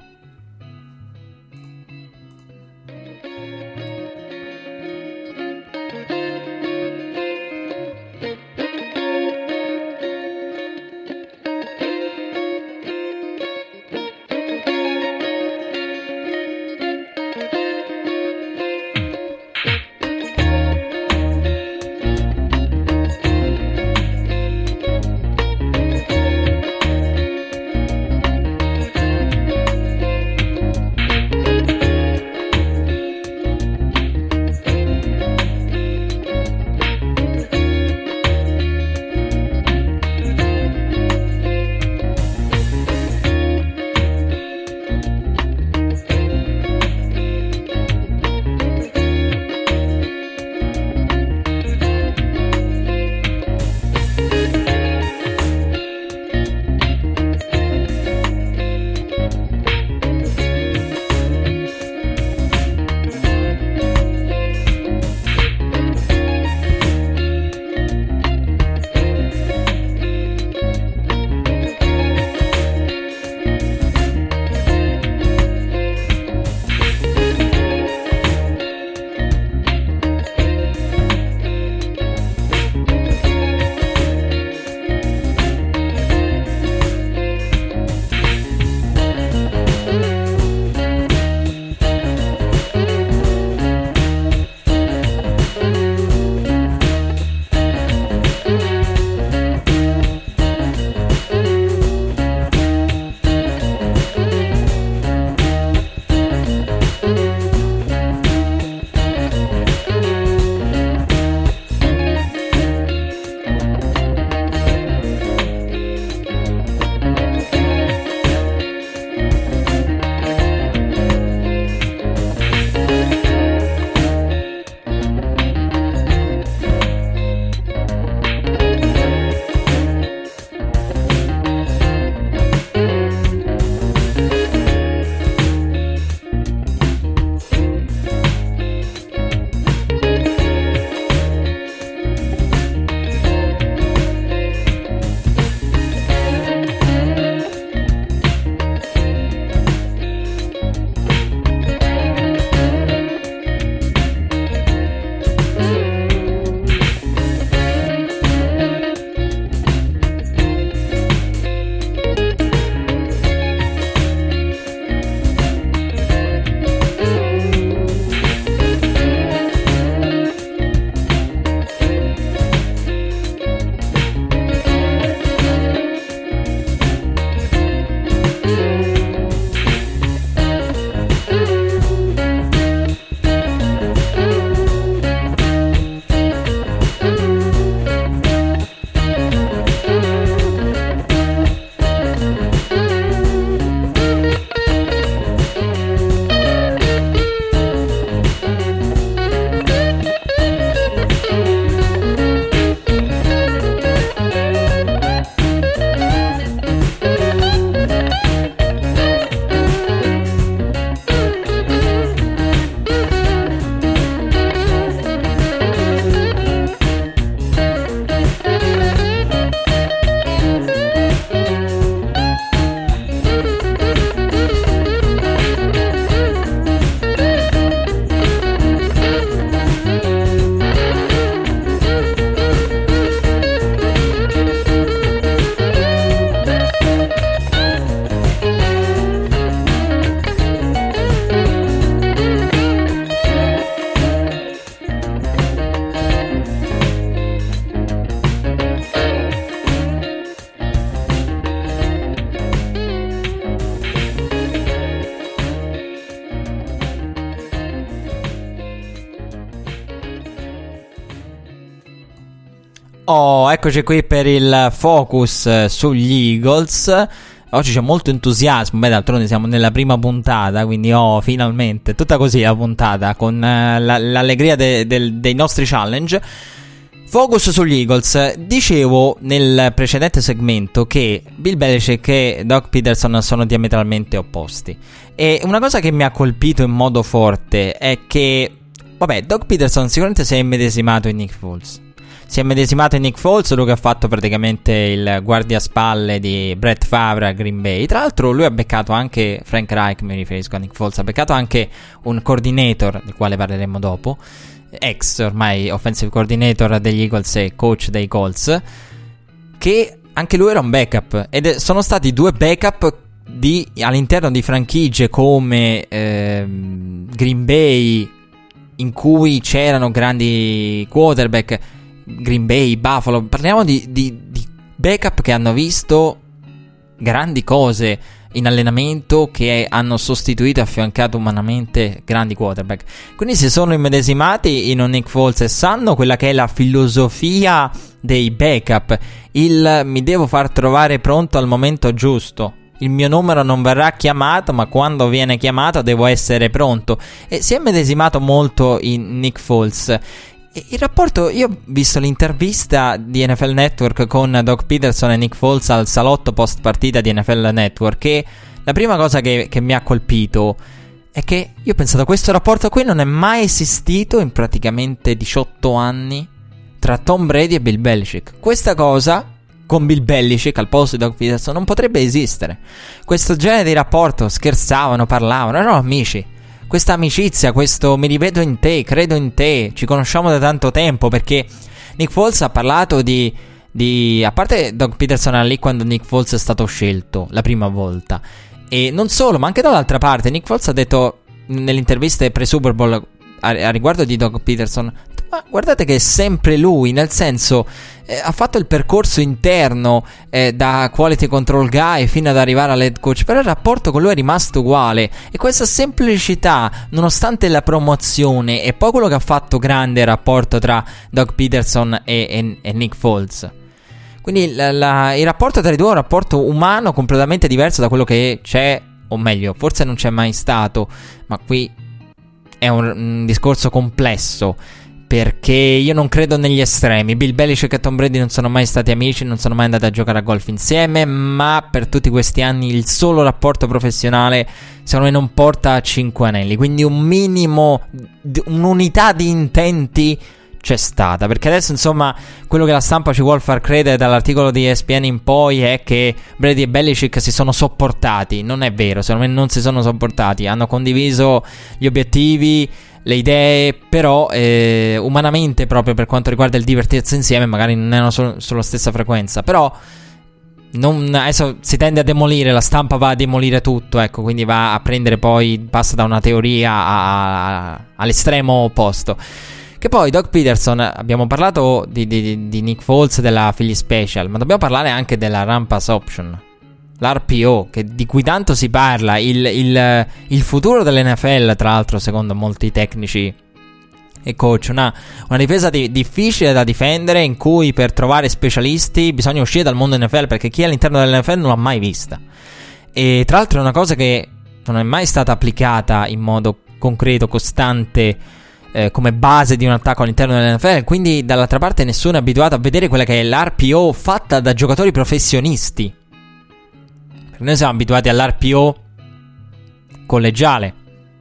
Oh, eccoci qui per il focus sugli Eagles. Oggi c'è molto entusiasmo. Beh, d'altronde siamo nella prima puntata, quindi oh, finalmente, tutta così la puntata, con uh, la, l'allegria de, de, dei nostri challenge. Focus sugli Eagles. Dicevo nel precedente segmento che Bill Belichick e Doug Peterson sono diametralmente opposti. E una cosa che mi ha colpito in modo forte è che, vabbè, Doug Peterson sicuramente si è immedesimato in Nick Foles. Si è medesimato in Nick Foles, lui che ha fatto praticamente il guardiaspalle di Brett Favre a Green Bay. Tra l'altro lui ha beccato anche, Frank Reich mi riferisco a Nick Foles, ha beccato anche un coordinator, del quale parleremo dopo, ex ormai offensive coordinator degli Eagles e coach dei Colts, che anche lui era un backup. Ed sono stati due backup di, all'interno di franchigie come ehm, Green Bay, in cui c'erano grandi quarterback. Green Bay, Buffalo, parliamo di, di, di backup che hanno visto grandi cose in allenamento, che hanno sostituito e affiancato umanamente grandi quarterback. Quindi si sono immedesimati in un Nick Foles e sanno quella che è la filosofia dei backup, il mi devo far trovare pronto al momento giusto, il mio numero non verrà chiamato, ma quando viene chiamato devo essere pronto. E si è immedesimato molto in Nick Foles. Il rapporto, io ho visto l'intervista di N F L Network con Doug Peterson e Nick Foles al salotto post partita di N F L Network, e la prima cosa che, che mi ha colpito è che io ho pensato, questo rapporto qui non è mai esistito in praticamente diciotto anni tra Tom Brady e Bill Belichick. Questa cosa con Bill Belichick al posto di Doug Peterson non potrebbe esistere. Questo genere di rapporto, scherzavano, parlavano, erano amici. Questa amicizia, questo mi rivedo in te, credo in te, ci conosciamo da tanto tempo, perché Nick Foles ha parlato di, di a parte Doug Peterson era lì quando Nick Foles è stato scelto la prima volta, e non solo, ma anche dall'altra parte Nick Foles ha detto nelle interviste pre-Super Bowl a, a riguardo di Doug Peterson, ma guardate che è sempre lui, nel senso eh, ha fatto il percorso interno eh, da quality control guy fino ad arrivare all'head coach, però il rapporto con lui è rimasto uguale, e questa semplicità, nonostante la promozione, è poi quello che ha fatto grande il rapporto tra Doug Peterson e, e, e Nick Foles. Quindi la, la, il rapporto tra i due è un rapporto umano completamente diverso da quello che c'è, o meglio, forse non c'è mai stato, ma qui è un, un discorso complesso, perché io non credo negli estremi. Bill Belichick e Tom Brady non sono mai stati amici, non sono mai andati a giocare a golf insieme, ma per tutti questi anni il solo rapporto professionale secondo me non porta a cinque anelli, quindi un minimo, un'unità di intenti c'è stata, perché adesso insomma quello che la stampa ci vuol far credere dall'articolo di E S P N in poi è che Brady e Belichick si sono sopportati. Non è vero, secondo me non si sono sopportati, hanno condiviso gli obiettivi, le idee, però eh, umanamente, proprio per quanto riguarda il divertirsi insieme, magari non erano solo, sulla stessa frequenza. Però non, adesso si tende a demolire, la stampa va a demolire tutto, ecco, quindi va a prendere, poi passa da una teoria a, a, all'estremo opposto. Che poi Doug Peterson, abbiamo parlato di, di, di Nick Foles, della Philly Special, ma dobbiamo parlare anche della Run Pass Option, l'R P O, che, di cui tanto si parla, il, il, il futuro dell'N F L, tra l'altro, secondo molti tecnici e coach, una, una difesa di, difficile da difendere, in cui per trovare specialisti bisogna uscire dal mondo N F L, perché chi è all'interno dell'N F L non l'ha mai vista, e tra l'altro è una cosa che non è mai stata applicata in modo concreto, costante, eh, come base di un attacco all'interno dell'N F L. Quindi dall'altra parte nessuno è abituato a vedere quella che è l'R P O fatta da giocatori professionisti. Noi siamo abituati all'R P O collegiale,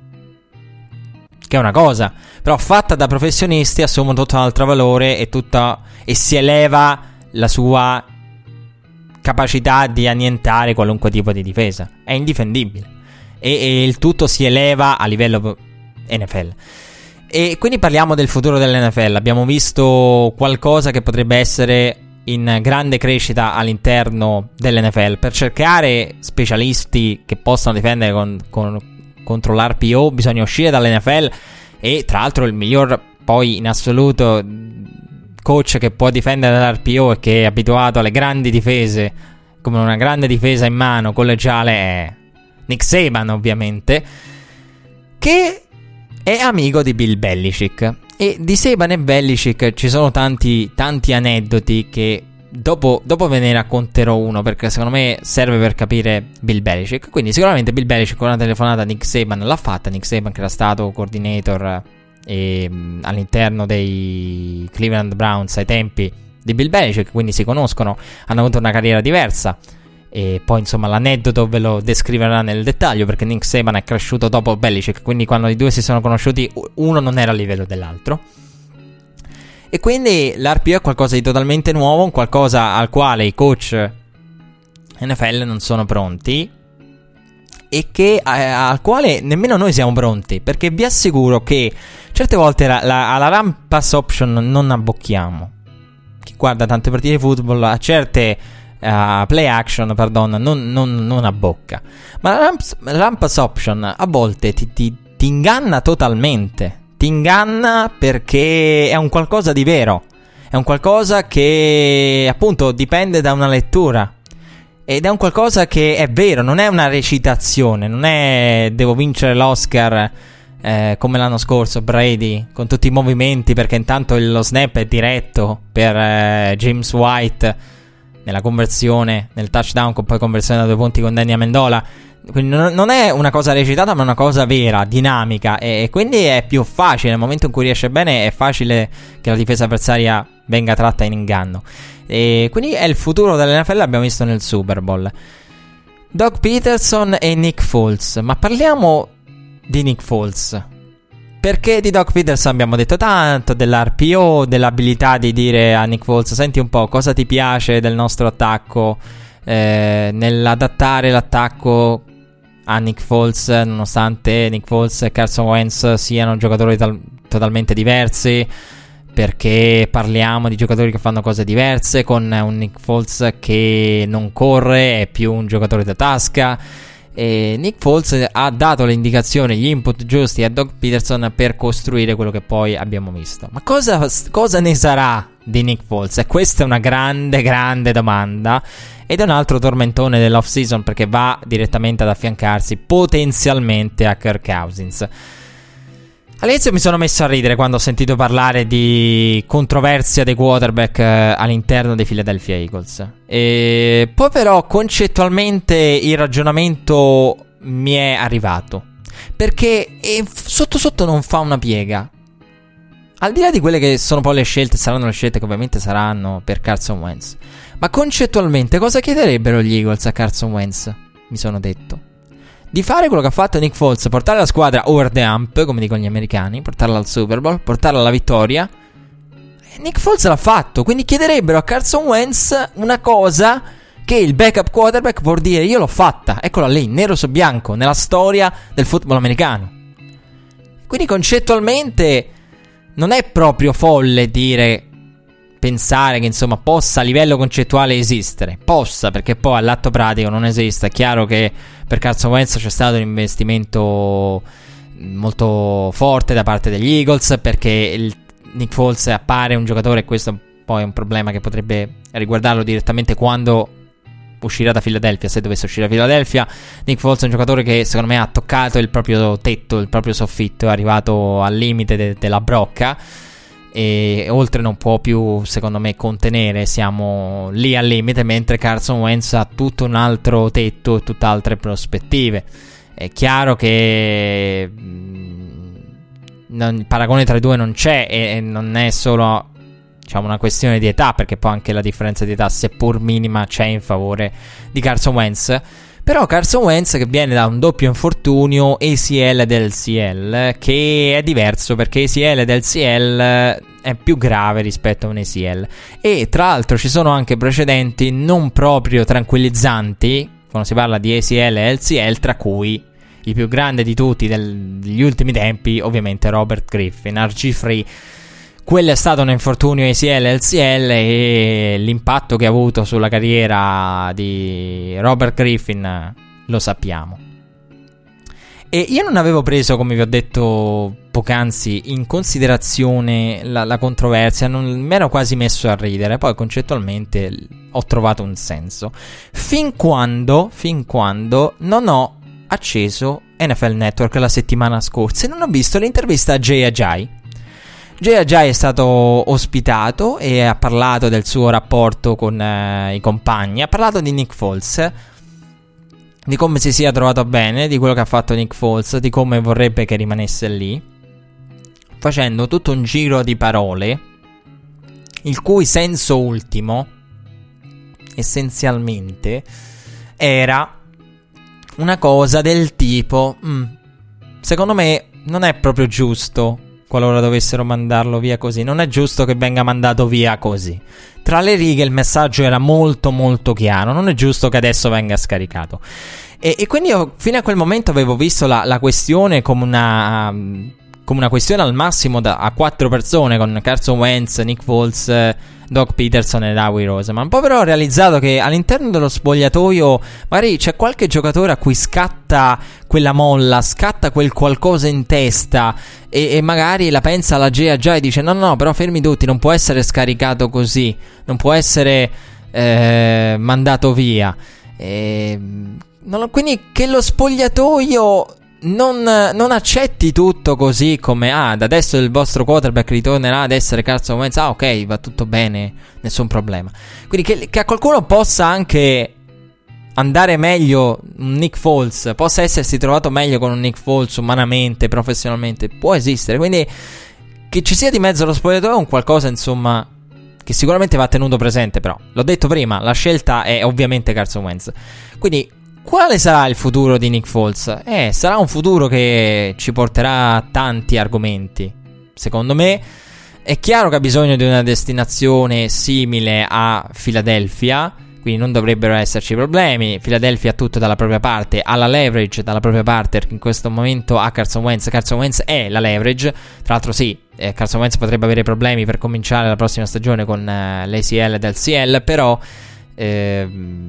che è una cosa, però fatta da professionisti assume tutto un altro valore, e tutta e si eleva la sua capacità di annientare qualunque tipo di difesa. È indifendibile, e, e il tutto si eleva a livello N F L. E quindi parliamo del futuro dell'N F L. Abbiamo visto qualcosa che potrebbe essere in grande crescita all'interno dell'N F L, per cercare specialisti che possano difendere con, con, contro l'R P O bisogna uscire dall'N F L, e tra l'altro il miglior poi in assoluto coach che può difendere l'R P O e che è abituato alle grandi difese, come una grande difesa in mano collegiale, è Nick Saban, ovviamente, che è amico di Bill Belichick. E di Saban e Belichick ci sono tanti, tanti aneddoti che dopo, dopo ve ne racconterò uno, perché secondo me serve per capire Bill Belichick. Quindi sicuramente Bill Belichick con una telefonata a Nick Saban l'ha fatta. Nick Saban che era stato coordinator e, all'interno dei Cleveland Browns ai tempi di Bill Belichick, quindi si conoscono, hanno avuto una carriera diversa. E poi insomma l'aneddoto ve lo descriverà nel dettaglio, perché Nick Saban è cresciuto dopo Belichick, quindi quando i due si sono conosciuti uno non era a livello dell'altro. E quindi l'R P O è qualcosa di totalmente nuovo, un qualcosa al quale i coach N F L non sono pronti e che eh, al quale nemmeno noi siamo pronti, perché vi assicuro che certe volte la, la, alla run pass option non abbocchiamo. Chi guarda tante partite di football a certe Uh, play action, pardon, non, non, non abbocca. Ma la ramp, ramp pass option a volte ti, ti, ti inganna totalmente. Ti inganna perché è un qualcosa di vero. È un qualcosa che appunto dipende da una lettura. Ed è un qualcosa che è vero, non è una recitazione. Non è devo vincere l'Oscar eh, come l'anno scorso Brady con tutti i movimenti, perché intanto lo snap è diretto per eh, James White nella conversione, nel touchdown con poi conversione da due punti con Danny Amendola. Quindi non è una cosa recitata, ma una cosa vera, dinamica, e quindi è più facile. Nel momento in cui riesce bene è facile che la difesa avversaria venga tratta in inganno. E quindi è il futuro dell'N F L, l'abbiamo visto nel Super Bowl. Doug Peterson e Nick Foles. Ma parliamo di Nick Foles. Perché di Doug Peterson abbiamo detto tanto, dell'R P O, dell'abilità di dire a Nick Foles: senti un po', cosa ti piace del nostro attacco, eh, nell'adattare l'attacco a Nick Foles, nonostante Nick Foles e Carson Wentz siano giocatori tal- totalmente diversi, perché parliamo di giocatori che fanno cose diverse, con un Nick Foles che non corre, è più un giocatore da tasca. E Nick Foles ha dato le indicazioni, gli input giusti a Doug Peterson per costruire quello che poi abbiamo visto. Ma cosa, cosa ne sarà di Nick Foles? E questa è una grande, grande domanda. Ed è un altro tormentone dell'off season, perché va direttamente ad affiancarsi potenzialmente a Kirk Cousins. All'inizio mi sono messo a ridere quando ho sentito parlare di controversia dei quarterback eh, all'interno dei Philadelphia Eagles. E poi però concettualmente il ragionamento mi è arrivato, perché eh, sotto sotto non fa una piega. Al di là di quelle che sono poi le scelte, saranno le scelte che ovviamente saranno per Carson Wentz, ma concettualmente cosa chiederebbero gli Eagles a Carson Wentz? Mi sono detto di fare quello che ha fatto Nick Foles, portare la squadra over the hump, come dicono gli americani, portarla al Super Bowl, portarla alla vittoria. E Nick Foles l'ha fatto, quindi chiederebbero a Carson Wentz una cosa che il backup quarterback può dire: io l'ho fatta, eccola lì, nero su bianco, nella storia del football americano. Quindi concettualmente non è proprio folle dire, pensare che insomma possa a livello concettuale esistere. Possa, perché poi all'atto pratico non esiste. È chiaro che per Carson Wentz c'è stato un investimento molto forte da parte degli Eagles, perché il Nick Foles appare un giocatore, e questo poi è un problema che potrebbe riguardarlo direttamente quando uscirà da Philadelphia, se dovesse uscire da Philadelphia. Nick Foles è un giocatore che secondo me ha toccato il proprio tetto, il proprio soffitto, è arrivato al limite de- della brocca, e oltre non può più, secondo me, contenere. Siamo lì al limite, mentre Carson Wentz ha tutto un altro tetto e tutt'altre prospettive. È chiaro che mh, non, il paragone tra i due non c'è, e, e non è solo, diciamo, una questione di età, perché poi anche la differenza di età, seppur minima, c'è in favore di Carson Wentz. Però Carson Wentz che viene da un doppio infortunio A C L ed L C L, che è diverso, perché A C L ed L C L è più grave rispetto a un A C L. E tra l'altro ci sono anche precedenti non proprio tranquillizzanti quando si parla di A C L e L C L, tra cui il più grande di tutti del, degli ultimi tempi, ovviamente Robert Griffin, R G tre. Quello è stato un infortunio A C L e L C L, e l'impatto che ha avuto sulla carriera di Robert Griffin lo sappiamo. E io non avevo preso, come vi ho detto poc'anzi, in considerazione la, la controversia, non mi ero quasi messo a ridere, poi concettualmente ho trovato un senso. Fin quando, fin quando non ho acceso N F L Network la settimana scorsa e non ho visto l'intervista a Jay Ajayi. Jay Ajayi è stato ospitato e ha parlato del suo rapporto con eh, i compagni. Ha parlato di Nick Foles, di come si sia trovato bene, di quello che ha fatto Nick Foles, di come vorrebbe che rimanesse lì, facendo tutto un giro di parole, il cui senso ultimo, essenzialmente, era una cosa del tipo: mm, secondo me non è proprio giusto, qualora dovessero mandarlo via così, non è giusto che venga mandato via così. Tra le righe il messaggio era molto molto chiaro: non è giusto che adesso venga scaricato. E, e quindi io fino a quel momento avevo visto la, la questione come una come una questione al massimo da, a quattro persone, con Carson Wentz, Nick Foles, Doug Peterson e Howie Roseman. Poi però ho realizzato che all'interno dello spogliatoio magari c'è qualche giocatore a cui scatta quella molla, scatta quel qualcosa in testa, e, e magari la pensa la Jay Ajayi e dice: no no, però fermi tutti, non può essere scaricato così, non può essere eh, mandato via. E, non, quindi che lo spogliatoio Non, non accetti tutto così come: ah, da adesso il vostro quarterback ritornerà ad essere Carson Wentz. Ah, ok, va tutto bene, nessun problema. Quindi che, che a qualcuno possa anche andare meglio un Nick Foles, possa essersi trovato meglio con un Nick Foles umanamente, professionalmente, può esistere. Quindi che ci sia di mezzo lo spogliatoio è un qualcosa, insomma, che sicuramente va tenuto presente. Però l'ho detto prima, la scelta è ovviamente Carson Wentz. Quindi quale sarà il futuro di Nick Foles? Eh, sarà un futuro che ci porterà a tanti argomenti. Secondo me è chiaro che ha bisogno di una destinazione simile a Philadelphia, quindi non dovrebbero esserci problemi. Philadelphia ha tutto dalla propria parte, ha la leverage dalla propria parte, perché in questo momento ha Carson Wentz. Carson Wentz è la leverage. Tra l'altro sì, eh, Carson Wentz potrebbe avere problemi per cominciare la prossima stagione con eh, l'A C L del C L, però eh,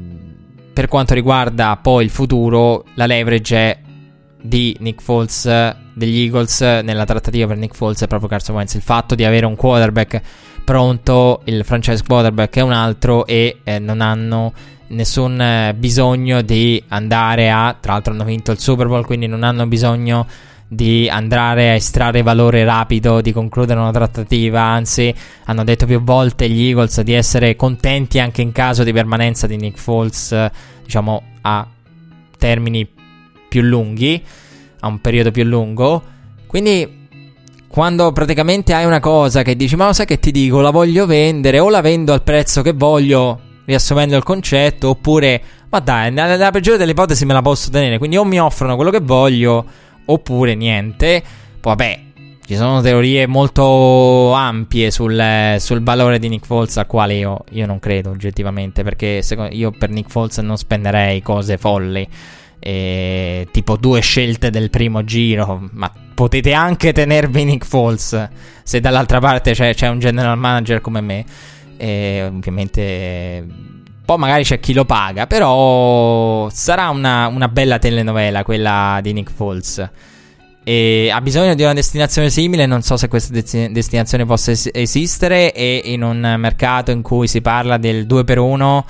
per quanto riguarda poi il futuro, la leverage è di Nick Foles, degli Eagles, nella trattativa per Nick Foles è proprio Carson Wentz. Il fatto di avere un quarterback pronto, il franchise quarterback è un altro, e eh, non hanno nessun eh, bisogno di andare a, tra l'altro hanno vinto il Super Bowl, quindi non hanno bisogno di andare a estrarre valore rapido, di concludere una trattativa. Anzi, hanno detto più volte gli Eagles di essere contenti anche in caso di permanenza di Nick Foles, diciamo a termini più lunghi, a un periodo più lungo. Quindi quando praticamente hai una cosa che dici: ma lo sai che ti dico, la voglio vendere, o la vendo al prezzo che voglio, riassumendo il concetto, oppure ma dai, nella, nella peggiore delle ipotesi me la posso tenere, quindi o mi offrono quello che voglio oppure niente. Poi vabbè, ci sono teorie molto ampie sul, sul valore di Nick Foles, al quale io, io non credo oggettivamente, perché secondo, io per Nick Foles non spenderei cose folli, e, tipo due scelte del primo giro. Ma potete anche tenervi Nick Foles se dall'altra parte c'è, c'è un general manager come me, e ovviamente poi magari c'è chi lo paga, però sarà una, una bella telenovela quella di Nick Foles. E ha bisogno di una destinazione simile. Non so se questa desti- destinazione possa es- esistere, e in un mercato in cui si parla del due per uno,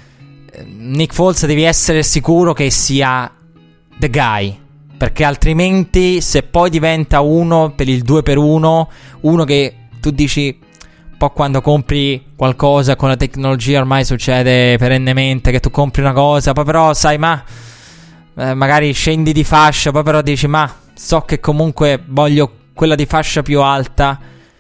Nick Foles devi essere sicuro che sia the guy, perché altrimenti, se poi diventa uno per il due per uno, uno che tu dici, un po' quando compri qualcosa con la tecnologia ormai succede perennemente, che tu compri una cosa, poi però sai, ma eh, magari scendi di fascia, poi però dici: ma so che comunque voglio quella di fascia più alta.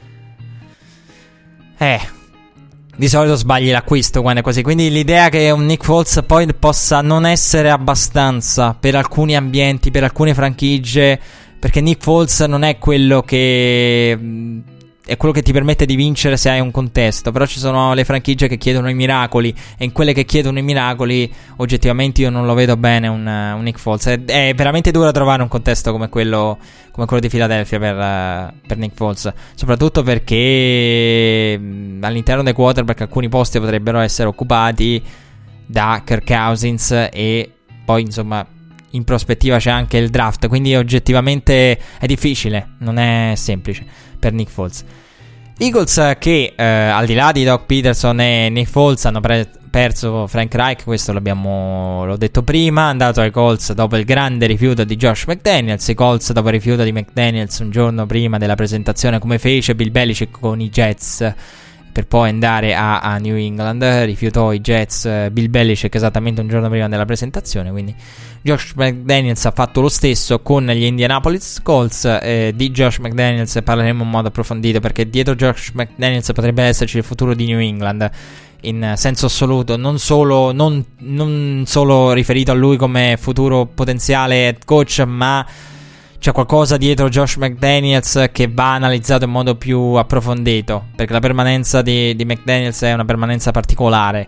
Eh Di solito sbagli l'acquisto quando è così. Quindi l'idea che un Nick Foles poi possa non essere abbastanza per alcuni ambienti, per alcune franchigie, perché Nick Foles non è quello che è quello che ti permette di vincere se hai un contesto. Però ci sono le franchigie che chiedono i miracoli, e in quelle che chiedono i miracoli oggettivamente io non lo vedo bene un, un Nick Foles. È, è veramente duro trovare un contesto come quello come quello di Philadelphia per, uh, per Nick Foles, soprattutto perché mh, all'interno dei quarterback alcuni posti potrebbero essere occupati da Kirk Cousins, e poi insomma in prospettiva c'è anche il draft, quindi oggettivamente è difficile, non è semplice per Nick Foles. Eagles che eh, al di là di Doug Peterson e Nick Foles hanno pre- perso Frank Reich, questo l'abbiamo l'ho detto prima, è andato ai Colts dopo il grande rifiuto di Josh McDaniels. I Colts dopo il rifiuto di McDaniels un giorno prima della presentazione, come fece Bill Belichick con i Jets, per poi andare a, a New England, rifiutò i Jets uh, Bill Belichick esattamente un giorno prima della presentazione, quindi Josh McDaniels ha fatto lo stesso con gli Indianapolis Colts. Eh, di Josh McDaniels parleremo in modo approfondito, perché dietro Josh McDaniels potrebbe esserci il futuro di New England in senso assoluto, non solo, non, non solo riferito a lui come futuro potenziale head coach, ma c'è qualcosa dietro Josh McDaniels che va analizzato in modo più approfondito, perché la permanenza di, di McDaniels è una permanenza particolare,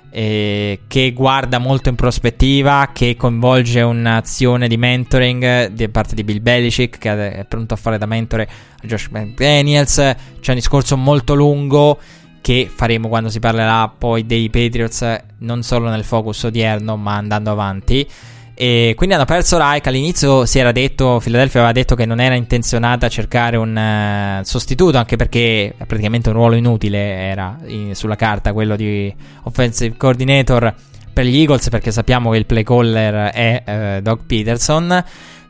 eh, che guarda molto in prospettiva, che coinvolge un'azione di mentoring da parte di Bill Belichick, che è pronto a fare da mentore a Josh McDaniels. C'è un discorso molto lungo che faremo quando si parlerà poi dei Patriots, non solo nel focus odierno ma andando avanti. E quindi hanno perso Reich. All'inizio si era detto, Philadelphia aveva detto che non era intenzionata a cercare un uh, sostituto, anche perché è praticamente un ruolo inutile era in, sulla carta quello di offensive coordinator per gli Eagles, perché sappiamo che il play caller è uh, Doug Peterson.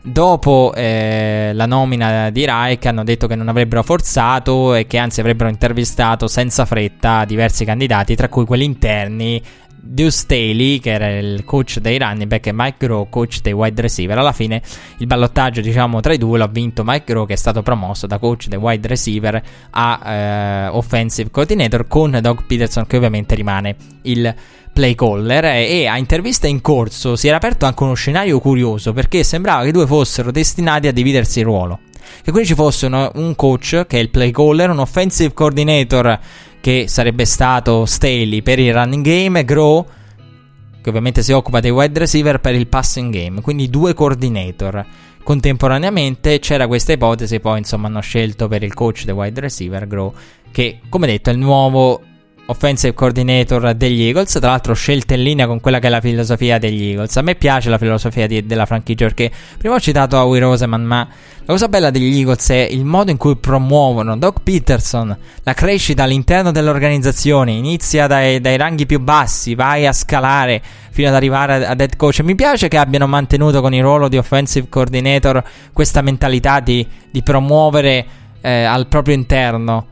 Dopo eh, la nomina di Reich hanno detto che non avrebbero forzato e che anzi avrebbero intervistato senza fretta diversi candidati, tra cui quelli interni, Deuce Staley, che era il coach dei running back, e Mike Groh, coach dei wide receiver. Alla fine il ballottaggio, diciamo, tra i due l'ha vinto Mike Groh, che è stato promosso da coach dei wide receiver a eh, offensive coordinator, con Doug Peterson che ovviamente rimane il play caller. E a interviste in corso si era aperto anche uno scenario curioso, perché sembrava che i due fossero destinati a dividersi il ruolo, che quindi ci fosse uno, un coach che è il play caller, un offensive coordinator che sarebbe stato Staley per il running game, e Groh, che ovviamente si occupa dei wide receiver, per il passing game. Quindi due coordinator contemporaneamente. C'era questa ipotesi, poi insomma hanno scelto per il coach dei wide receiver Groh, che come detto è il nuovo offensive coordinator degli Eagles. Tra l'altro scelta in linea con quella che è la filosofia degli Eagles. A me piace la filosofia di, della franchigia, perché prima ho citato Howie Roseman, ma la cosa bella degli Eagles è il modo in cui promuovono Doug Peterson, la crescita all'interno dell'organizzazione. Inizia dai, dai ranghi più bassi, vai a scalare fino ad arrivare ad head coach. Mi piace che abbiano mantenuto con il ruolo di offensive coordinator questa mentalità di, di promuovere eh, al proprio interno,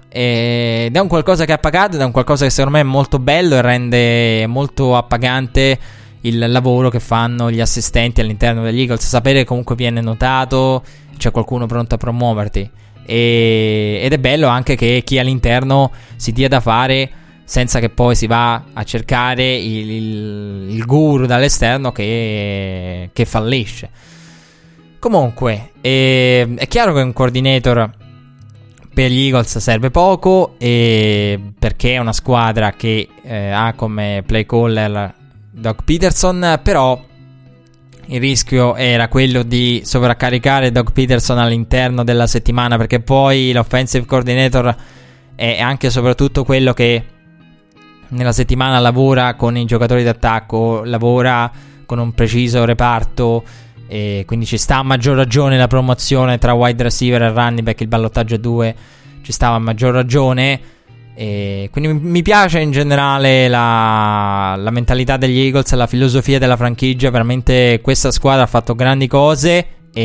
ed è un qualcosa che ha pagato, ed è un qualcosa che secondo me è molto bello e rende molto appagante il lavoro che fanno gli assistenti all'interno degli Eagles. Sapere che comunque viene notato, c'è qualcuno pronto a promuoverti, e, ed è bello anche che chi all'interno si dia da fare senza che poi si va a cercare il, il, il guru dall'esterno che, che fallisce. Comunque eh, è chiaro che un coordinator per gli Eagles serve poco, e perché è una squadra che eh, ha come play caller Doug Peterson, però il rischio era quello di sovraccaricare Doug Peterson all'interno della settimana, perché poi l'offensive coordinator è anche e soprattutto quello che nella settimana lavora con i giocatori d'attacco, lavora con un preciso reparto, e quindi ci sta a maggior ragione la promozione tra wide receiver e running back, il ballottaggio a due ci stava a maggior ragione. E quindi mi piace in generale la, la mentalità degli Eagles, la filosofia della franchigia. Veramente questa squadra ha fatto grandi cose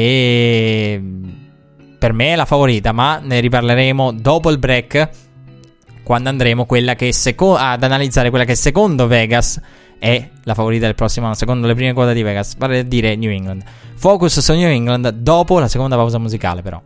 e per me è la favorita, ma ne riparleremo dopo il break, quando andremo quella che seco- ad analizzare quella che secondo Vegas è la favorita del prossimo anno, secondo le prime quote di Vegas, vale a dire New England. Focus su New England dopo la seconda pausa musicale, però.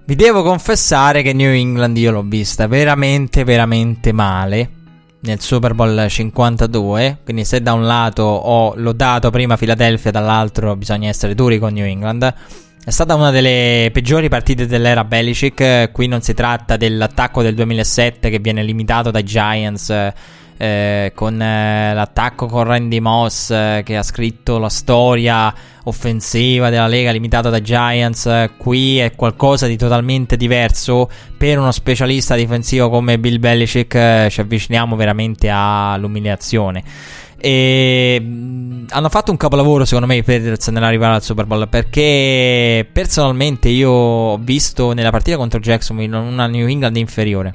vi devo confessare che New England io l'ho vista veramente veramente male nel Super Bowl cinquantadue, quindi se da un lato ho lodato prima Philadelphia, dall'altro bisogna essere duri con New England. È stata una delle peggiori partite dell'era Belichick. Qui non si tratta dell'attacco del duemilasette che viene limitato dai Giants, eh, con eh, l'attacco con Randy Moss, eh, che ha scritto la storia offensiva della Lega limitato dai Giants. Qui è qualcosa di totalmente diverso. Per uno specialista difensivo come Bill Belichick, eh, ci avviciniamo veramente all'umiliazione. E mh, hanno fatto un capolavoro secondo me i Patriots nell'arrivare al Super Bowl, perché personalmente io ho visto nella partita contro Jacksonville una New England inferiore.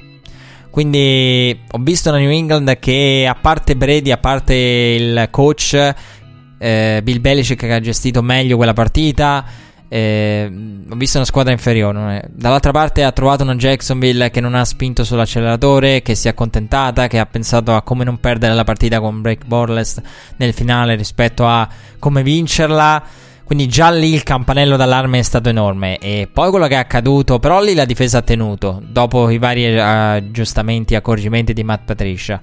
Quindi ho visto una New England che, a parte Brady, a parte il coach, eh, Bill Belichick, che ha gestito meglio quella partita, eh, ho visto una squadra inferiore. Dall'altra parte ha trovato una Jacksonville che non ha spinto sull'acceleratore, che si è accontentata, che ha pensato a come non perdere la partita con Blake Bortles nel finale rispetto a come vincerla. Quindi già lì il campanello d'allarme è stato enorme. E poi quello che è accaduto, però lì la difesa ha tenuto dopo i vari aggiustamenti e accorgimenti di Matt Patricia.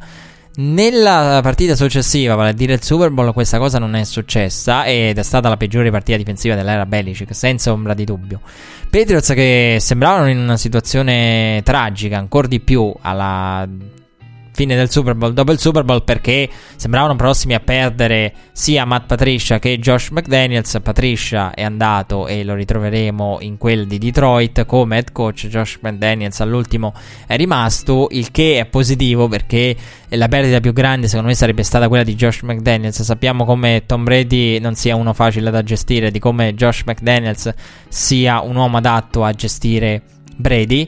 Nella partita successiva, vale a dire il Super Bowl, questa cosa non è successa ed è stata la peggiore partita difensiva dell'era Belichick, senza ombra di dubbio. Patriots che sembravano in una situazione tragica, ancora di più alla fine del Super Bowl, dopo il Super Bowl, perché sembravano prossimi a perdere sia Matt Patricia che Josh McDaniels. Patricia è andato e lo ritroveremo in quel di Detroit come head coach. Josh McDaniels all'ultimo è rimasto, il che è positivo, perché la perdita più grande secondo me sarebbe stata quella di Josh McDaniels. Sappiamo come Tom Brady non sia uno facile da gestire, di come Josh McDaniels sia un uomo adatto a gestire Brady.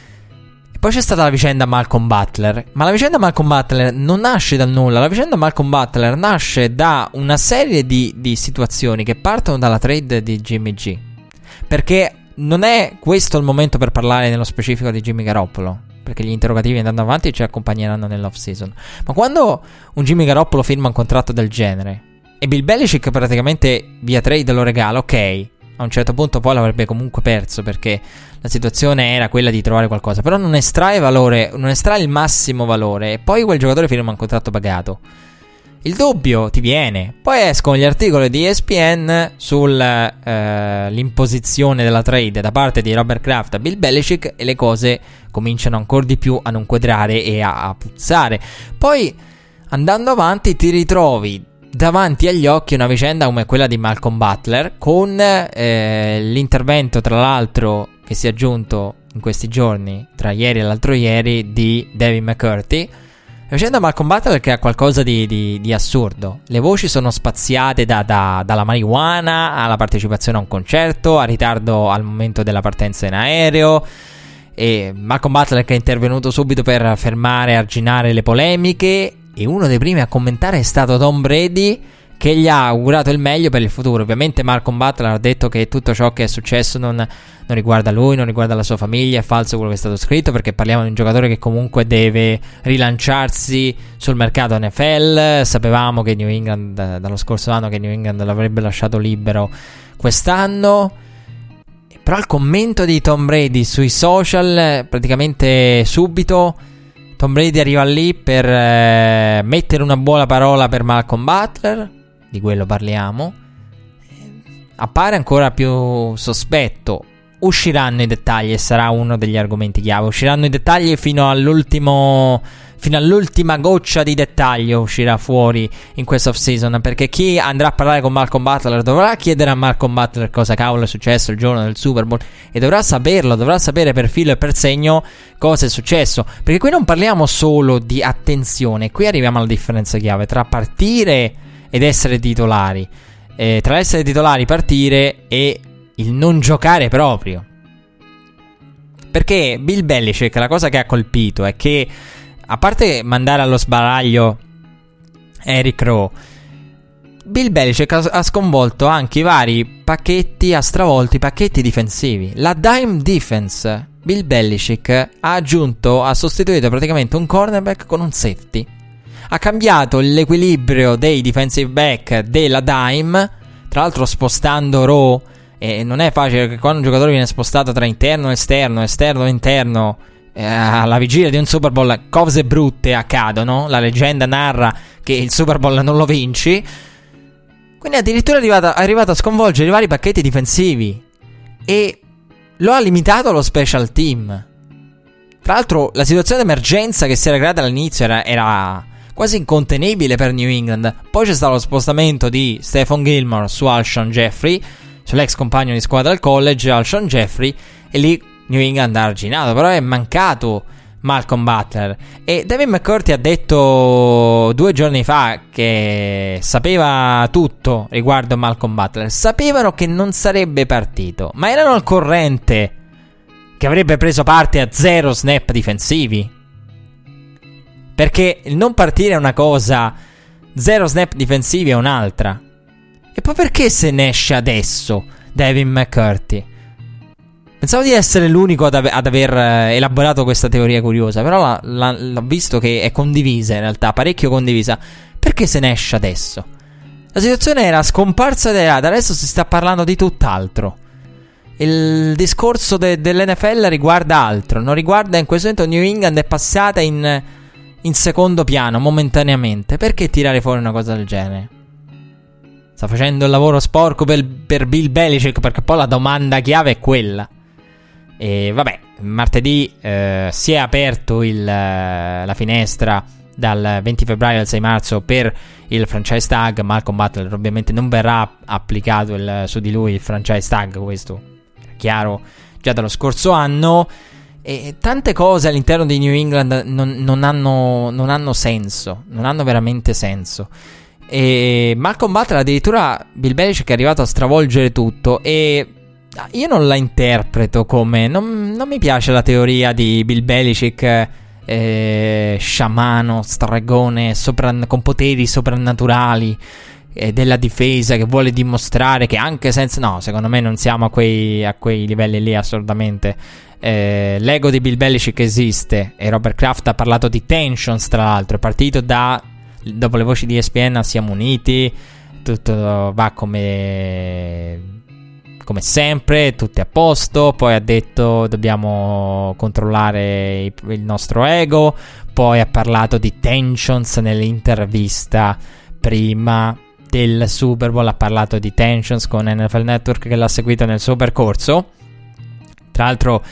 Poi c'è stata la vicenda Malcolm Butler, ma la vicenda Malcolm Butler non nasce dal nulla. La vicenda Malcolm Butler nasce da una serie di, di situazioni che partono dalla trade di Jimmy G, perché non è questo il momento per parlare nello specifico di Jimmy Garoppolo, perché gli interrogativi andando avanti ci accompagneranno nell'off season. Ma quando un Jimmy Garoppolo firma un contratto del genere e Bill Belichick praticamente via trade lo regala, ok, a un certo punto poi l'avrebbe comunque perso, perché la situazione era quella di trovare qualcosa, però non estrae valore, non estrae il massimo valore, e poi quel giocatore firma un contratto pagato. Il dubbio ti viene. Poi escono gli articoli di E S P N sull'imposizione eh, della trade da parte di Robert Kraft a Bill Belichick, e le cose cominciano ancora di più a non quadrare e a, a puzzare. Poi, andando avanti, ti ritrovi davanti agli occhi una vicenda come quella di Malcolm Butler, con eh, l'intervento, tra l'altro, che si è aggiunto in questi giorni, tra ieri e l'altro ieri, di Devin McCourty. La vicenda Malcolm Butler che ha qualcosa di, di, di assurdo. Le voci sono spaziate da, da, dalla marijuana alla partecipazione a un concerto, a ritardo al momento della partenza in aereo, e Malcolm Butler che è intervenuto subito per fermare e arginare le polemiche. E uno dei primi a commentare è stato Tom Brady, che gli ha augurato il meglio per il futuro. Ovviamente Malcolm Butler ha detto che tutto ciò che è successo non, non riguarda lui, non riguarda la sua famiglia, è falso quello che è stato scritto, perché parliamo di un giocatore che comunque deve rilanciarsi sul mercato N F L. Sapevamo che New England, dallo scorso anno, che New England l'avrebbe lasciato libero quest'anno. Però il commento di Tom Brady sui social, praticamente subito, Tom Brady arriva lì per eh, mettere una buona parola per Malcolm Butler, di quello parliamo. Appare ancora più sospetto. Usciranno i dettagli e sarà uno degli argomenti chiave. Usciranno i dettagli fino all'ultimo, fino all'ultima goccia di dettaglio uscirà fuori in questa off season, perché chi andrà a parlare con Malcolm Butler dovrà chiedere a Malcolm Butler cosa cavolo è successo il giorno del Super Bowl, e dovrà saperlo, dovrà sapere per filo e per segno cosa è successo, perché qui non parliamo solo di attenzione. Qui arriviamo alla differenza chiave tra partire ed essere titolari, eh, tra essere titolari, partire, e il non giocare proprio. Perché Bill Belichick, la cosa che ha colpito è che, a parte mandare allo sbaraglio Eric Rowe, Bill Belichick ha sconvolto anche i vari pacchetti, ha stravolto i pacchetti difensivi. La dime defense, Bill Belichick ha aggiunto, ha sostituito praticamente un cornerback con un safety. Ha cambiato l'equilibrio dei defensive back della dime, tra l'altro spostando Rowe e non è facile, perché quando un giocatore viene spostato tra interno e esterno, esterno e interno, eh, alla vigilia di un Super Bowl cose brutte accadono. La leggenda narra che il Super Bowl non lo vinci. Quindi addirittura è arrivato, è arrivato a sconvolgere i vari pacchetti difensivi e lo ha limitato allo special team. Tra l'altro la situazione d'emergenza che si era creata all'inizio era, era quasi incontenibile per New England. Poi c'è stato lo spostamento di Stephon Gilmore su Alshon Jeffrey, sull'ex compagno di squadra al college Alshon Jeffrey, e lì New England ha arginato. Però è mancato Malcolm Butler, e Devin McCourty ha detto due giorni fa che sapeva tutto riguardo Malcolm Butler. Sapevano che non sarebbe partito, ma erano al corrente che avrebbe preso parte a zero snap difensivi, perché il non partire è una cosa, zero snap difensivi è un'altra. E poi perché se ne esce adesso Devin McCourty? Pensavo di essere l'unico ad, ave- ad aver eh, elaborato questa teoria curiosa, però la, la, l'ho visto che è condivisa in realtà, parecchio condivisa. Perché se ne esce adesso? La situazione era scomparsa dai radar, adesso si sta parlando di tutt'altro. Il discorso de- dell'N F L riguarda altro, non riguarda, in questo momento New England è passata in, in secondo piano momentaneamente. Perché tirare fuori una cosa del genere? Sta facendo il lavoro sporco per, per Bill Belichick, perché poi la domanda chiave è quella. E vabbè, martedì eh, si è aperto il, la finestra dal venti febbraio al sei marzo per il franchise tag. Malcolm Butler ovviamente non verrà applicato il, su di lui il franchise tag, questo è chiaro già dallo scorso anno. E tante cose all'interno di New England non, non, hanno, non hanno senso, non hanno veramente senso. E Malcolm Butler, addirittura Bill Belichick è arrivato a stravolgere tutto. E io non la interpreto come, non, non mi piace la teoria di Bill Belichick eh, sciamano, stregone sopra, con poteri soprannaturali eh, della difesa, che vuole dimostrare che anche senza, no, secondo me non siamo a quei, a quei livelli lì assolutamente. eh, l'ego di Bill Belichick esiste, e Robert Kraft ha parlato di tensions, tra l'altro è partito da, dopo le voci di E S P N, siamo uniti, tutto va come come sempre, tutti a posto. Poi ha detto dobbiamo controllare il nostro ego. Poi ha parlato di tensions nell'intervista prima del Super Bowl, ha parlato di tensions con N F L Network, che l'ha seguito nel suo percorso. Tra l'altro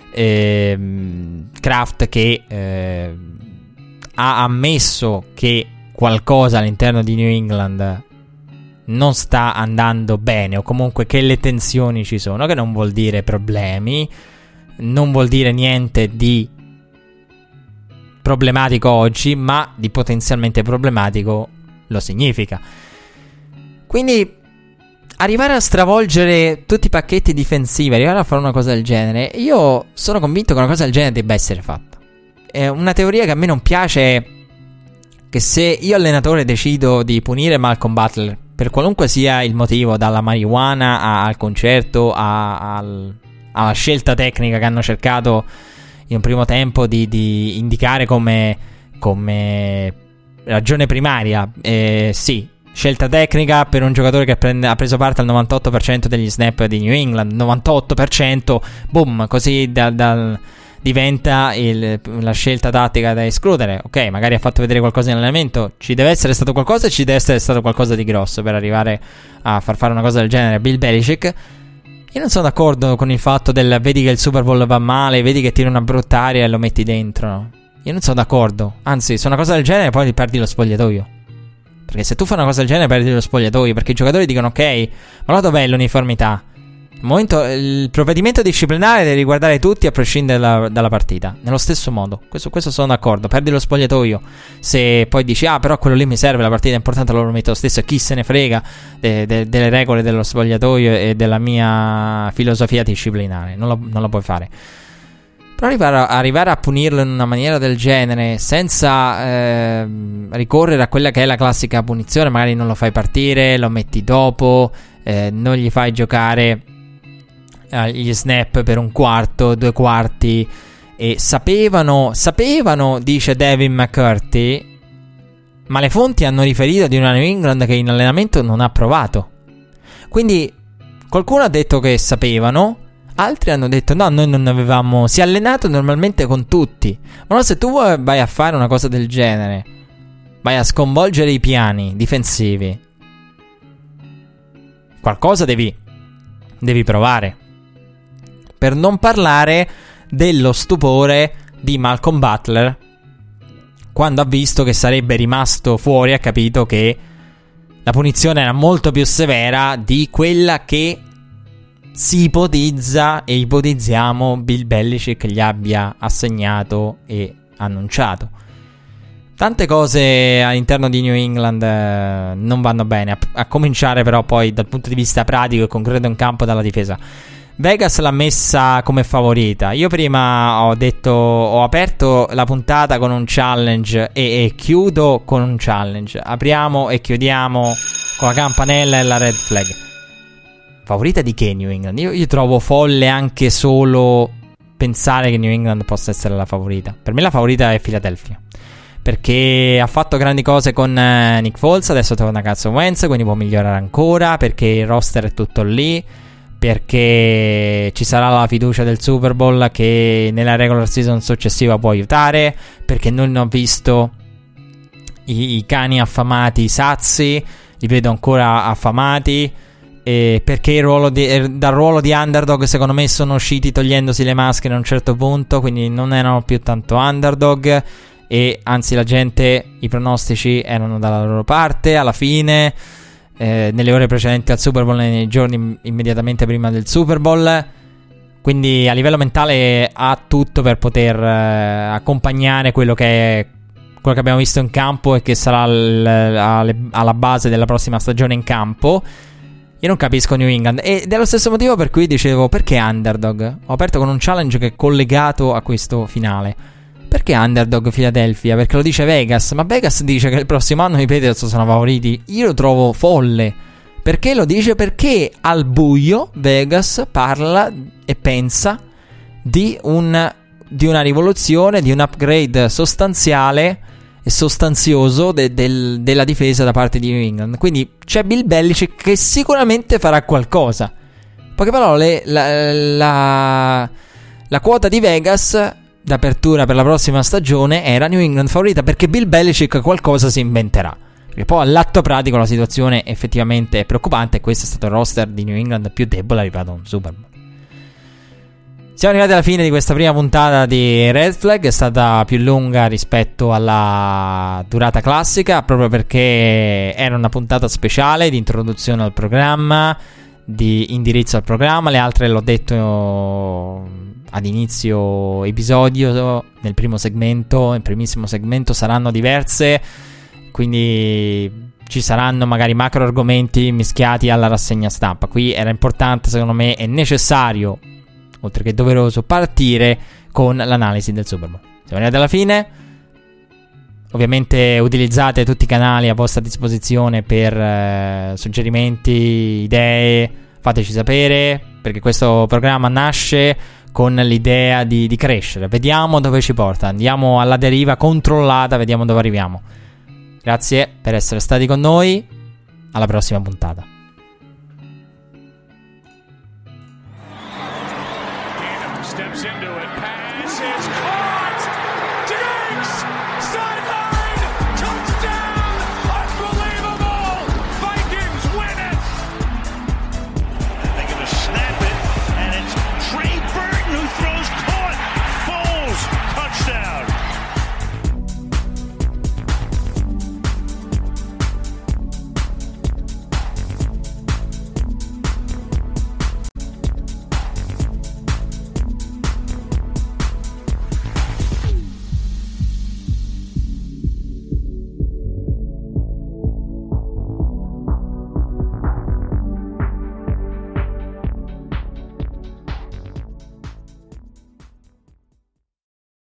ehm, Kraft che eh, ha ammesso che qualcosa all'interno di New England non sta andando bene, o comunque che le tensioni ci sono, che non vuol dire problemi, non vuol dire niente di problematico oggi, ma di potenzialmente problematico lo significa. Quindi arrivare a stravolgere tutti i pacchetti difensivi, arrivare a fare una cosa del genere, io sono convinto che una cosa del genere debba essere fatta. È una teoria che a me non piace, è che se io allenatore decido di punire Malcolm Butler, per qualunque sia il motivo, dalla marijuana a, al concerto a, al, alla scelta tecnica che hanno cercato in un primo tempo di, di indicare come, come ragione primaria, eh, sì, scelta tecnica per un giocatore che prende, ha preso parte al novantotto per cento degli snap di New England, novantotto per cento, boom, così da, da, diventa il, la scelta tattica da escludere. Ok, magari ha fatto vedere qualcosa in allenamento, ci deve essere stato qualcosa, e ci deve essere stato qualcosa di grosso per arrivare a far fare una cosa del genere a Bill Belichick. Io non sono d'accordo con il fatto del vedi che il Super Bowl va male, vedi che tira una brutta aria e lo metti dentro, no? Io non sono d'accordo, anzi, se una cosa del genere poi perdi lo spogliatoio. Perché se tu fai una cosa del genere perdi lo spogliatoio, perché i giocatori dicono ok, ma là dov'è l'uniformità? Il, momento, il provvedimento disciplinare deve riguardare tutti a prescindere dalla, dalla partita, nello stesso modo. Questo, questo sono d'accordo, perdi lo spogliatoio. Se poi dici ah però quello lì mi serve, la partita è importante, allora lo metto lo stesso, e chi se ne frega de, de, delle regole dello spogliatoio e della mia filosofia disciplinare, non lo, non lo puoi fare. Però arrivare a, arrivare a punirlo in una maniera del genere, senza eh, ricorrere a quella che è la classica punizione, magari non lo fai partire, lo metti dopo, eh, non gli fai giocare gli snap per un quarto, due quarti, e sapevano, sapevano, dice Devin McCourty, ma le fonti hanno riferito di una New England che in allenamento non ha provato. Quindi Qualcuno ha detto che sapevano, altri hanno detto no, noi non avevamo, si è allenato normalmente con tutti. Ma no, se tu vai a fare una cosa del genere, vai a sconvolgere i piani difensivi, qualcosa devi devi provare. Per non parlare dello stupore di Malcolm Butler quando ha visto che sarebbe rimasto fuori, ha capito che la punizione era molto più severa di quella che si ipotizza e ipotizziamo Bill Belichick gli abbia assegnato e annunciato. Tante cose all'interno di New England eh, non vanno bene, a, a cominciare però poi dal punto di vista pratico e concreto in campo dalla difesa. Vegas l'ha messa come favorita. Io prima ho detto, ho aperto la puntata con un challenge e, e chiudo con un challenge. Apriamo e chiudiamo con la campanella e la red flag. Favorita di che New England? Io, io trovo folle anche solo pensare che New England possa essere la favorita. Per me la favorita è Philadelphia, perché ha fatto grandi cose con uh, Nick Foles, adesso torna Carson Wentz, quindi può migliorare ancora, perché il roster è tutto lì, perché ci sarà la fiducia del Super Bowl che nella regular season successiva può aiutare, perché non ho visto i, i cani affamati, i sazi, li vedo ancora affamati, e perché il ruolo di, dal ruolo di underdog secondo me sono usciti togliendosi le maschere a un certo punto, quindi non erano più tanto underdog, e anzi la gente, i pronostici erano dalla loro parte alla fine, eh, nelle ore precedenti al Super Bowl, nei giorni immediatamente prima del Super Bowl. Quindi a livello mentale ha tutto per poter eh, accompagnare quello che è quello che abbiamo visto in campo e che sarà l- alla base della prossima stagione in campo. Io non capisco New England, ed è lo stesso motivo per cui dicevo perché underdog. Ho aperto con un challenge che è collegato a questo finale. Perché underdog Philadelphia? Perché lo dice Vegas, ma Vegas dice che il prossimo anno i Patriots sono favoriti. Io lo trovo folle. Perché lo dice? Perché al buio Vegas parla e pensa di un di una rivoluzione, di un upgrade sostanziale e sostanzioso de, del, della difesa da parte di New England. Quindi c'è Bill Belichick che sicuramente farà qualcosa. In poche parole, la, la, la quota di Vegas d'apertura per la prossima stagione era New England favorita, perché Bill Belichick qualcosa si inventerà. Perché poi all'atto pratico la situazione effettivamente è preoccupante, e questo è stato il roster di New England più debole arrivato a un Super Bowl. Siamo arrivati alla fine di questa prima puntata di Red Flag. È stata più lunga rispetto alla durata classica, proprio perché era una puntata speciale di introduzione al programma, di indirizzo al programma. Le altre l'ho detto ad inizio episodio, nel primo segmento, nel primissimo segmento, saranno diverse, quindi ci saranno magari macro argomenti mischiati alla rassegna stampa. Qui era importante, secondo me è necessario, oltre che doveroso, partire con l'analisi del Super Bowl. Siamo arrivati alla fine. Ovviamente utilizzate tutti i canali a vostra disposizione per eh, suggerimenti, idee, fateci sapere, perché questo programma nasce con l'idea di, di crescere. Vediamo dove ci porta, andiamo alla deriva controllata, vediamo dove arriviamo. Grazie per essere stati con noi, alla prossima puntata.